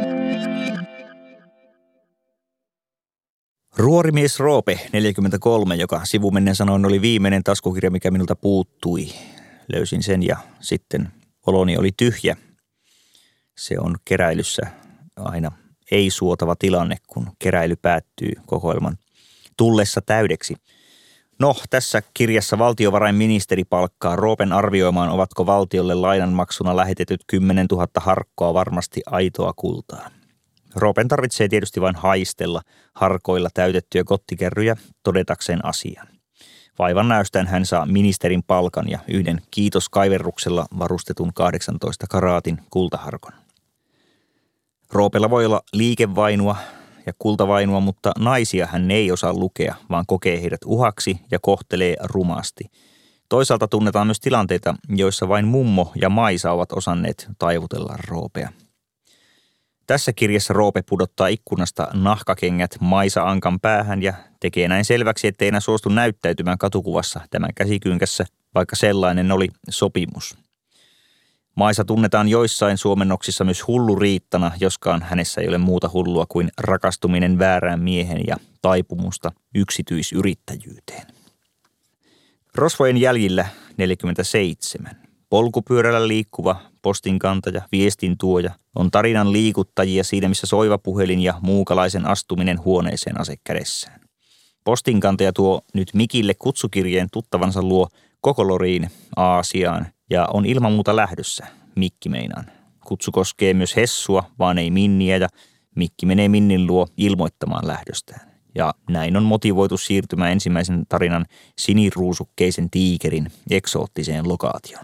Ruorimies Roope 43, joka sivumennen sanoen oli viimeinen taskukirja, mikä minulta puuttui. Löysin sen ja sitten oloni oli tyhjä. Se on keräilyssä aina ei-suotava tilanne, kun keräily päättyy kokoelman tullessa täydeksi. No, tässä kirjassa valtiovarainministeri palkkaa Roopen arvioimaan, ovatko valtiolle lainanmaksuna lähetetyt 10 000 harkkoa varmasti aitoa kultaa. Roopen tarvitsee tietysti vain haistella harkoilla täytettyjä kottikärryjä todetakseen asian. Vaivan näystäen hän saa ministerin palkan ja yhden kiitoskaiverruksella varustetun 18 karaatin kultaharkon. Roopella voi olla liikevainua ja kultavainua, mutta naisia hän ei osaa lukea, vaan kokee heidät uhaksi ja kohtelee rumasti. Toisaalta tunnetaan myös tilanteita, joissa vain mummo ja Maisa ovat osanneet taivutella Roopea. Tässä kirjassa Roope pudottaa ikkunasta nahkakengät Maisa-Ankan päähän ja tekee näin selväksi, ettei enää suostu näyttäytymään katukuvassa tämän käsikynkässä, vaikka sellainen oli sopimus. Maisa tunnetaan joissain suomennoksissa myös hulluriittana, joskaan hänessä ei ole muuta hullua kuin rakastuminen väärään miehen ja taipumusta yksityisyrittäjyyteen. Rosvojen jäljillä 47. Polkupyörällä liikkuva postinkantaja, viestintuoja on tarinan liikuttajia siinä, missä soivapuhelin ja muukalaisen astuminen huoneeseen ase kädessään. Postinkantaja tuo nyt Mikille kutsukirjeen tuttavansa luo koko loriin Aasiaan ja on ilman muuta lähdössä, Mikki meinaan. Kutsu koskee myös Hessua, vaan ei Minniä ja Mikki menee Minnin luo ilmoittamaan lähdöstään. Ja näin on motivoitu siirtymään ensimmäisen tarinan siniruusukkeisen tiikerin eksoottiseen lokaatioon.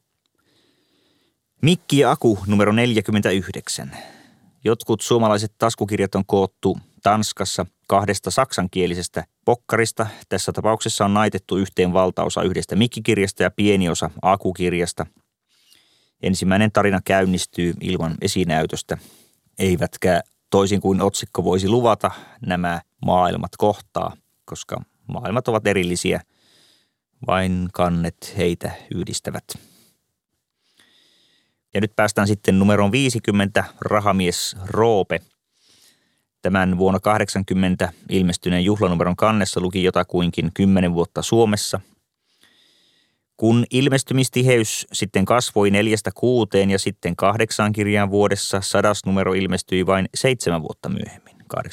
Mikki ja Aku numero 49. Jotkut suomalaiset taskukirjat on koottu Tanskassa 2 saksankielisestä pokkarista. Tässä tapauksessa on naitettu yhteen valtaosa yhdestä Mikki-kirjasta ja pieni osa Aku-kirjasta. Ensimmäinen tarina käynnistyy ilman esinäytöstä, eivätkä toisin kuin otsikko voisi luvata, nämä maailmat kohtaa, koska maailmat ovat erillisiä, vain kannet heitä yhdistävät. Ja nyt päästään sitten numeroon 50, Rahamies Roope. Tämän vuonna 80 ilmestyneen juhlanumeron kannessa luki jotakuinkin 10 vuotta Suomessa. Kun ilmestymistiheys sitten kasvoi 4-6 ja sitten 8 kirjaan vuodessa, 100. numero ilmestyi vain 7 vuotta myöhemmin,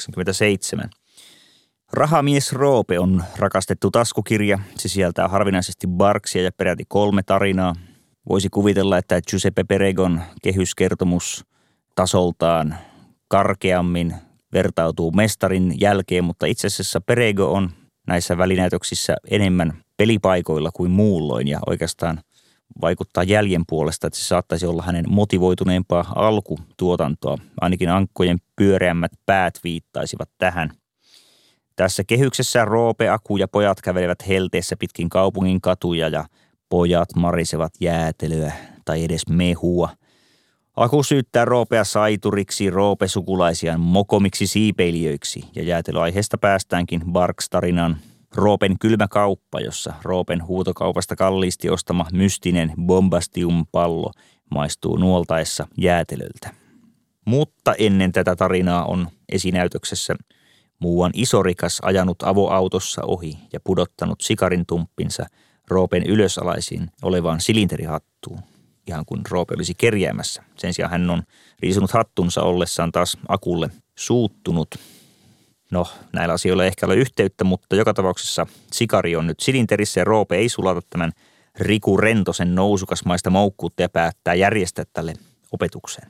87. Rahamies Roope on rakastettu taskukirja. Se sisältää harvinaisesti Barksia ja peräti 3 tarinaa. Voisi kuvitella, että Giuseppe Peregon kehyskertomus tasoltaan karkeammin vertautuu Mestarin jälkeen, mutta itse asiassa Perego on näissä välinäytöksissä enemmän pelipaikoilla kuin muulloin ja oikeastaan vaikuttaa jäljen puolesta, että se saattaisi olla hänen motivoituneempaa alkutuotantoa. Ainakin ankkojen pyöreämmät päät viittaisivat tähän. Tässä kehyksessä Roope, Aku ja pojat kävelevät helteessä pitkin kaupungin katuja ja pojat marisevat jäätelöä tai edes mehua. Aku syyttää Roopea saituriksi, Roope sukulaisiaan mokomiksi siipeilijöiksi ja jäätelöaiheesta päästäänkin Barks-tarinaan Roopen kylmä kauppa, jossa Roopen huutokaupasta kalliisti ostama mystinen Bombastium-pallo maistuu nuoltaessa jäätelöltä. Mutta ennen tätä tarinaa on esinäytöksessä muuan isorikas ajanut avoautossa ohi ja pudottanut sikarin tumppinsa Roopen ylösalaisiin olevaan silinterihattuun, ihan kuin Roope olisi kerjäämässä. Sen sijaan hän on riisunut hattunsa ollessaan taas Akulle suuttunut. No, näillä asioilla ei ehkä ole yhteyttä, mutta joka tapauksessa sikari on nyt silinterissä ja Roope ei sulata tämän Riku Rentosen nousukasmaista moukkuutta ja päättää järjestää tälle opetukseen.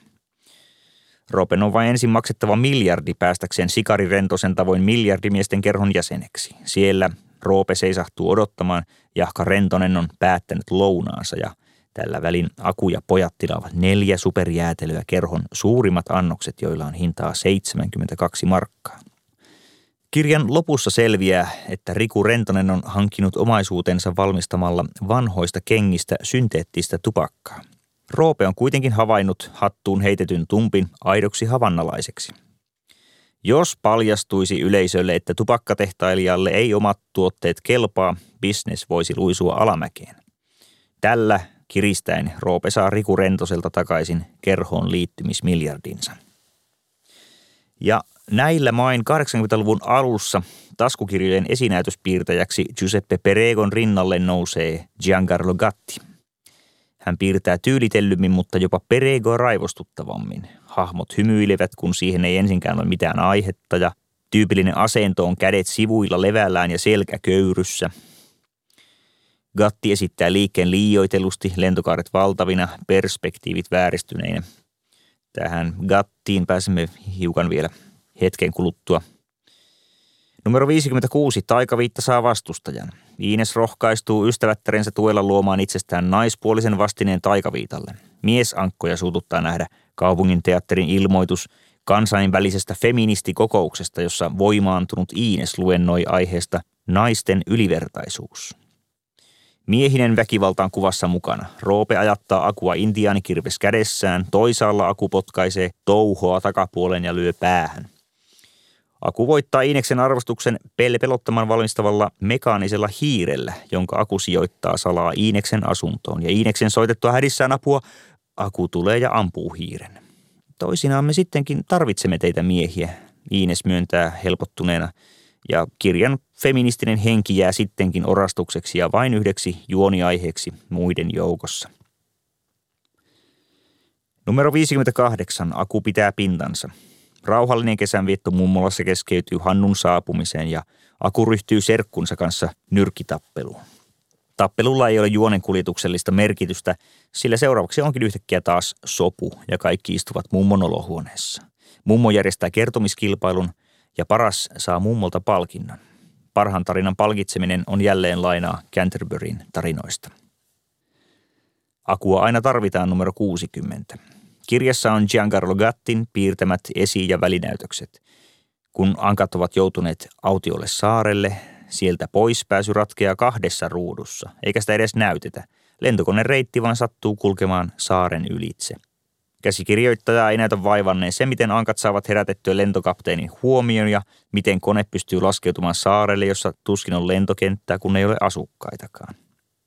Roopen on vain ensin maksettava miljardi päästäkseen sikari Rentosen tavoin miljardimiesten kerhon jäseneksi. Siellä Roope seisahtuu odottamaan, jahka Rentonen on päättänyt lounaansa ja tällä välin Aku ja pojat tilaavat 4 superjäätelöä kerhon suurimmat annokset, joilla on hintaa 72 markkaa. Kirjan lopussa selviää, että Riku Rentonen on hankkinut omaisuutensa valmistamalla vanhoista kengistä synteettistä tupakkaa. Roope on kuitenkin havainnut hattuun heitetyn tumpin aidoksi havannalaiseksi. Jos paljastuisi yleisölle, että tupakkatehtailijalle ei omat tuotteet kelpaa, bisnes voisi luisua alamäkeen. Tällä kiristäen Roope saa Riku Rentoselta takaisin kerhoon liittymismiljardinsa. Ja näillä main 80-luvun alussa taskukirjojen esinäytöspiirtäjäksi Giuseppe Peregon rinnalle nousee Giancarlo Gatti. Hän piirtää tyylitellymmin, mutta jopa Peregoa raivostuttavammin. Hahmot hymyilevät, kun siihen ei ensinkään ole mitään aihetta ja tyypillinen asento on kädet sivuilla levällään ja selkä köyryssä. Gatti esittää liikkeen liioitellusti, lentokaaret valtavina, perspektiivit vääristyneinä. Tähän Gattiin pääsemme hiukan vielä hetken kuluttua. Numero 56. Taikaviitta saa vastustajan. Ines rohkaistuu ystävättärensä tuella luomaan itsestään naispuolisen vastineen taikaviitalle. Miesankkoja suututtaa nähdä kaupungin teatterin ilmoitus kansainvälisestä feministikokouksesta, jossa voimaantunut Ines luennoi aiheesta naisten ylivertaisuus. Miehinen väkivalta on kuvassa mukana. Roope ajattaa Akua intiaanikirves kädessään, toisaalla Aku potkaisee touhoa takapuoleen ja lyö päähän. Aku voittaa Ineksen arvostuksen pelottaman valmistavalla mekaanisella hiirellä, jonka Aku sijoittaa salaa Ineksen asuntoon. Ja Ineksen soitettua hädissään apua, Aku tulee ja ampuu hiiren. Toisinaan me sittenkin tarvitsemme teitä miehiä, Ines myöntää helpottuneena. Ja kirjan feministinen henki jää sittenkin orastukseksi ja vain yhdeksi juoniaiheeksi muiden joukossa. Numero 58. Aku pitää pintansa. Rauhallinen kesänvietto mummolassa keskeytyy Hannun saapumiseen ja Aku ryhtyy serkkunsa kanssa nyrkkitappeluun. Tappelulla ei ole juonen kuljetuksellista merkitystä, sillä seuraavaksi onkin yhtäkkiä taas sopu ja kaikki istuvat mummon olohuoneessa. Mummo järjestää kertomiskilpailun ja paras saa mummolta palkinnon. Parhaan tarinan palkitseminen on jälleen lainaa Canterburyn tarinoista. Akua aina tarvitaan numero 60. Kirjassa on Giancarlo Gattin piirtämät esi- ja välinäytökset. Kun ankat ovat joutuneet autiolle saarelle, sieltä pois pääsy ratkeaa 2 ruudussa, eikä sitä edes näytetä. Lentokoneen reitti vaan sattuu kulkemaan saaren ylitse. Käsikirjoittaja ei näytä vaivanneen se, miten ankat saavat herätettyä lentokapteenin huomion ja miten kone pystyy laskeutumaan saarelle, jossa tuskin on lentokenttää, kun ei ole asukkaitakaan.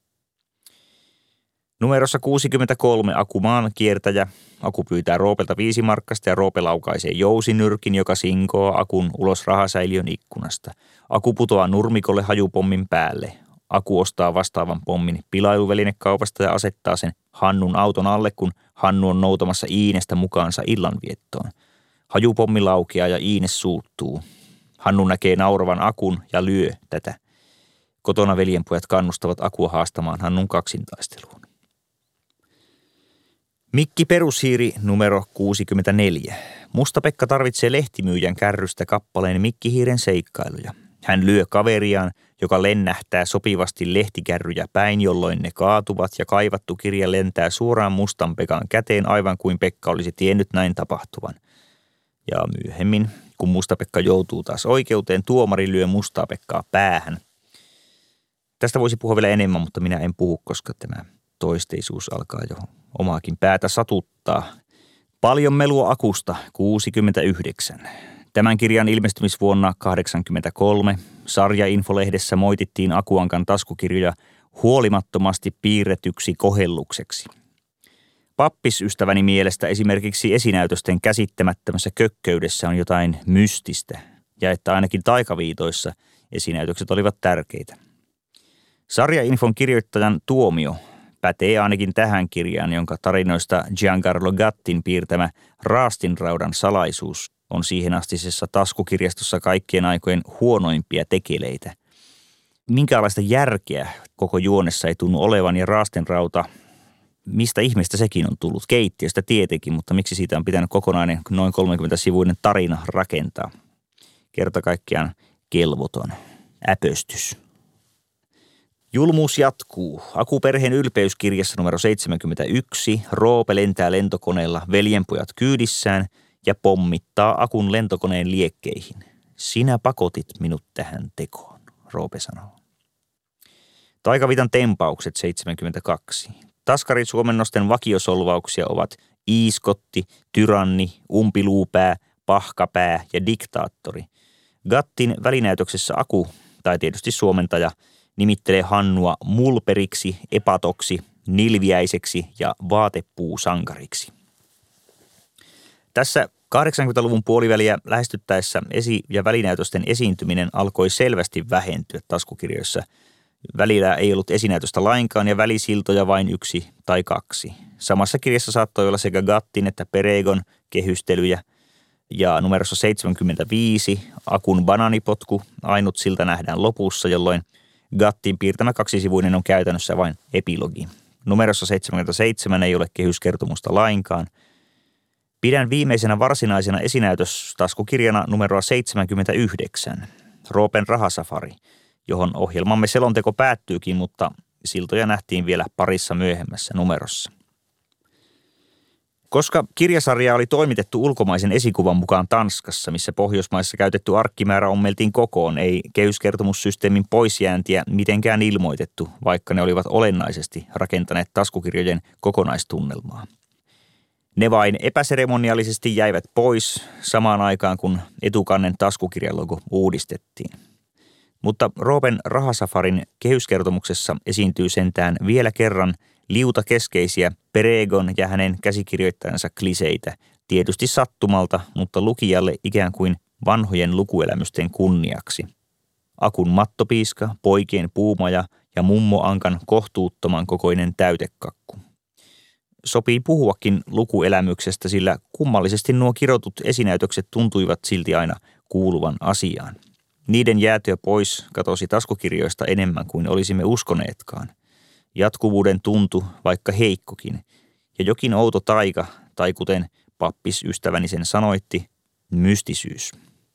Numerossa 63 Aku maan kiertäjä. Aku pyytää Roopelta 5 markkasta ja Roope laukaisee jousinyrkin, joka sinkoo Akun ulos rahasäiliön ikkunasta. Aku putoaa nurmikolle hajupommin päälle. Aku ostaa vastaavan pommin pilailuvälinekaupasta ja asettaa sen Hannun auton alle, kun Hannu on noutamassa Iinestä mukaansa illanviettoon. Hajupommi laukeaa ja Iines suuttuu. Hannu näkee nauravan Akun ja lyö tätä. Kotona veljenpojat kannustavat Akua haastamaan Hannun kaksintaisteluun. Mikki Perushiiri numero 64. Musta-Pekka tarvitsee lehtimyyjän kärrystä kappaleen Mikki-hiiren seikkailuja. Hän lyö kaveriaan, joka lennähtää sopivasti lehtikärryjä päin, jolloin ne kaatuvat ja kaivattu kirja lentää suoraan Mustan Pekan käteen aivan kuin Pekka olisi tiennyt näin tapahtuvan. Ja myöhemmin, kun Musta-Pekka joutuu taas oikeuteen, tuomari lyö Mustaa Pekkaa päähän. Tästä voisi puhua vielä enemmän, mutta minä en puhu, koska tämä toisteisuus alkaa jo omaakin päätä satuttaa. Paljon melua Akusta, 69. Tämän kirjan ilmestymisvuonna 1983 Sarja-infolehdessä moitittiin Akuankan taskukirjoja huolimattomasti piirretyksi kohellukseksi. Pappisystäväni mielestä esimerkiksi esinäytösten käsittämättömässä kökköydessä on jotain mystistä ja että ainakin taikaviitoissa esinäytökset olivat tärkeitä. Sarja-infon kirjoittajan tuomio pätee ainakin tähän kirjaan, jonka tarinoista Giancarlo Gattin piirtämä Raastinraudan salaisuus on siihen astisessa taskukirjastossa kaikkien aikojen huonoimpia tekeleitä. Minkälaista järkeä koko juonessa ei tunnu olevan ja Raastinrauta, mistä ihmeestä sekin on tullut? Keittiöstä tietenkin, mutta miksi siitä on pitänyt kokonainen noin 30-sivuinen tarina rakentaa? Kerta kaikkiaan kelvoton äpöstys. Julmuus jatkuu. Aku-perheen ylpeyskirjassa numero 71 Roope lentää lentokoneella veljenpojat kyydissään ja pommittaa Akun lentokoneen liekkeihin. Sinä pakotit minut tähän tekoon, Roope sanoo. Taikaviitan tempaukset 72. Taskarisuomennosten vakiosolvauksia ovat iiskotti, tyranni, umpiluupää, pahkapää ja diktaattori. Gattin välinäytöksessä Aku, tai tietysti suomentaja, nimittelee Hannua mulperiksi, epatoksi, nilviäiseksi ja vaatepuusankariksi. Tässä 80-luvun puoliväliä lähestyttäessä esi- ja välinäytösten esiintyminen alkoi selvästi vähentyä taskukirjoissa. Välillä ei ollut esinäytöstä lainkaan ja välisiltoja vain 1 tai 2. Samassa kirjassa saattoi olla sekä Gattin että Peregon kehystelyjä. Ja numerossa 75 Akun banaanipotku, ainut silta nähdään lopussa, jolloin Gattin piirtämä 2-sivuinen on käytännössä vain epilogi. Numerossa 77 ei ole kehyskertomusta lainkaan. Pidän viimeisenä varsinaisena esinäytöstaskukirjana numeroa 79, Roopen rahasafari, johon ohjelmamme selonteko päättyykin, mutta siltoja nähtiin vielä parissa myöhemmässä numerossa. Koska kirjasarja oli toimitettu ulkomaisen esikuvan mukaan Tanskassa, missä Pohjoismaissa käytetty arkkimäärä ommeltiin kokoon, ei kehyskertomussysteemin poisjääntiä mitenkään ilmoitettu, vaikka ne olivat olennaisesti rakentaneet taskukirjojen kokonaistunnelmaa. Ne vain epäseremoniallisesti jäivät pois samaan aikaan, kun etukannen taskukirjalogo uudistettiin. Mutta Roopen rahasafarin kehyskertomuksessa esiintyy sentään vielä kerran liutakeskeisiä Peregon ja hänen käsikirjoittajansa kliseitä, tietysti sattumalta, mutta lukijalle ikään kuin vanhojen lukuelämysten kunniaksi. Akun mattopiiska, poikien puumaja ja mummo Ankan kohtuuttoman kokoinen täytekakku. Sopii puhuakin lukuelämyksestä, sillä kummallisesti nuo kirjoitut esinäytökset tuntuivat silti aina kuuluvan asiaan. Niiden jäätyä pois katosi taskukirjoista enemmän kuin olisimme uskoneetkaan. Jatkuvuuden tuntu, vaikka heikkokin, ja jokin outo taika, tai kuten pappisystäväni sen sanoitti, mystisyys.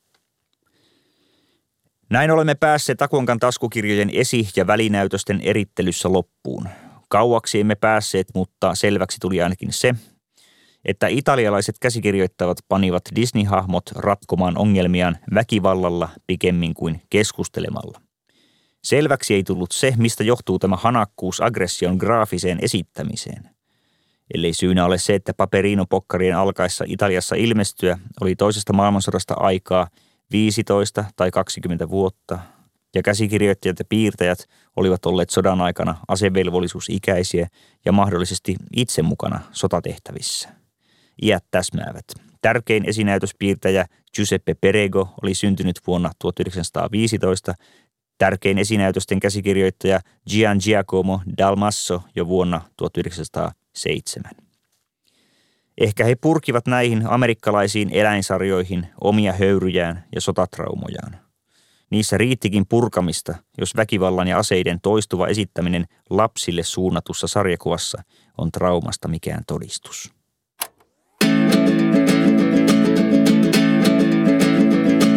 Näin olemme päässeet Akuankan taskukirjojen esi- ja välinäytösten erittelyssä loppuun. Kauaksi emme päässeet, mutta selväksi tuli ainakin se, että italialaiset käsikirjoittavat panivat Disney-hahmot ratkomaan ongelmiaan väkivallalla pikemmin kuin keskustelemalla. Selväksi ei tullut se, mistä johtuu tämä hanakkuus aggression graafiseen esittämiseen. Ellei syynä ole se, että Paperino-pokkarien alkaessa Italiassa ilmestyä oli toisesta maailmansodasta aikaa 15 tai 20 vuotta, ja käsikirjoittajat ja piirtäjät olivat olleet sodan aikana asevelvollisuusikäisiä ja mahdollisesti itse mukana sotatehtävissä. Iät täsmäävät. Tärkein esinäytöspiirtäjä Giuseppe Perego oli syntynyt vuonna 1915, tärkein esinäytösten käsikirjoittaja Gian Giacomo Dalmasso jo vuonna 1907. Ehkä he purkivat näihin amerikkalaisiin eläinsarjoihin omia höyryjään ja sotatraumojaan. Niissä riittikin purkamista, jos väkivallan ja aseiden toistuva esittäminen lapsille suunnatussa sarjakuvassa on traumasta mikään todistus.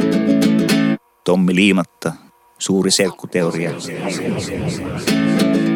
Tommi Liimatta, suuri serkkuteoria.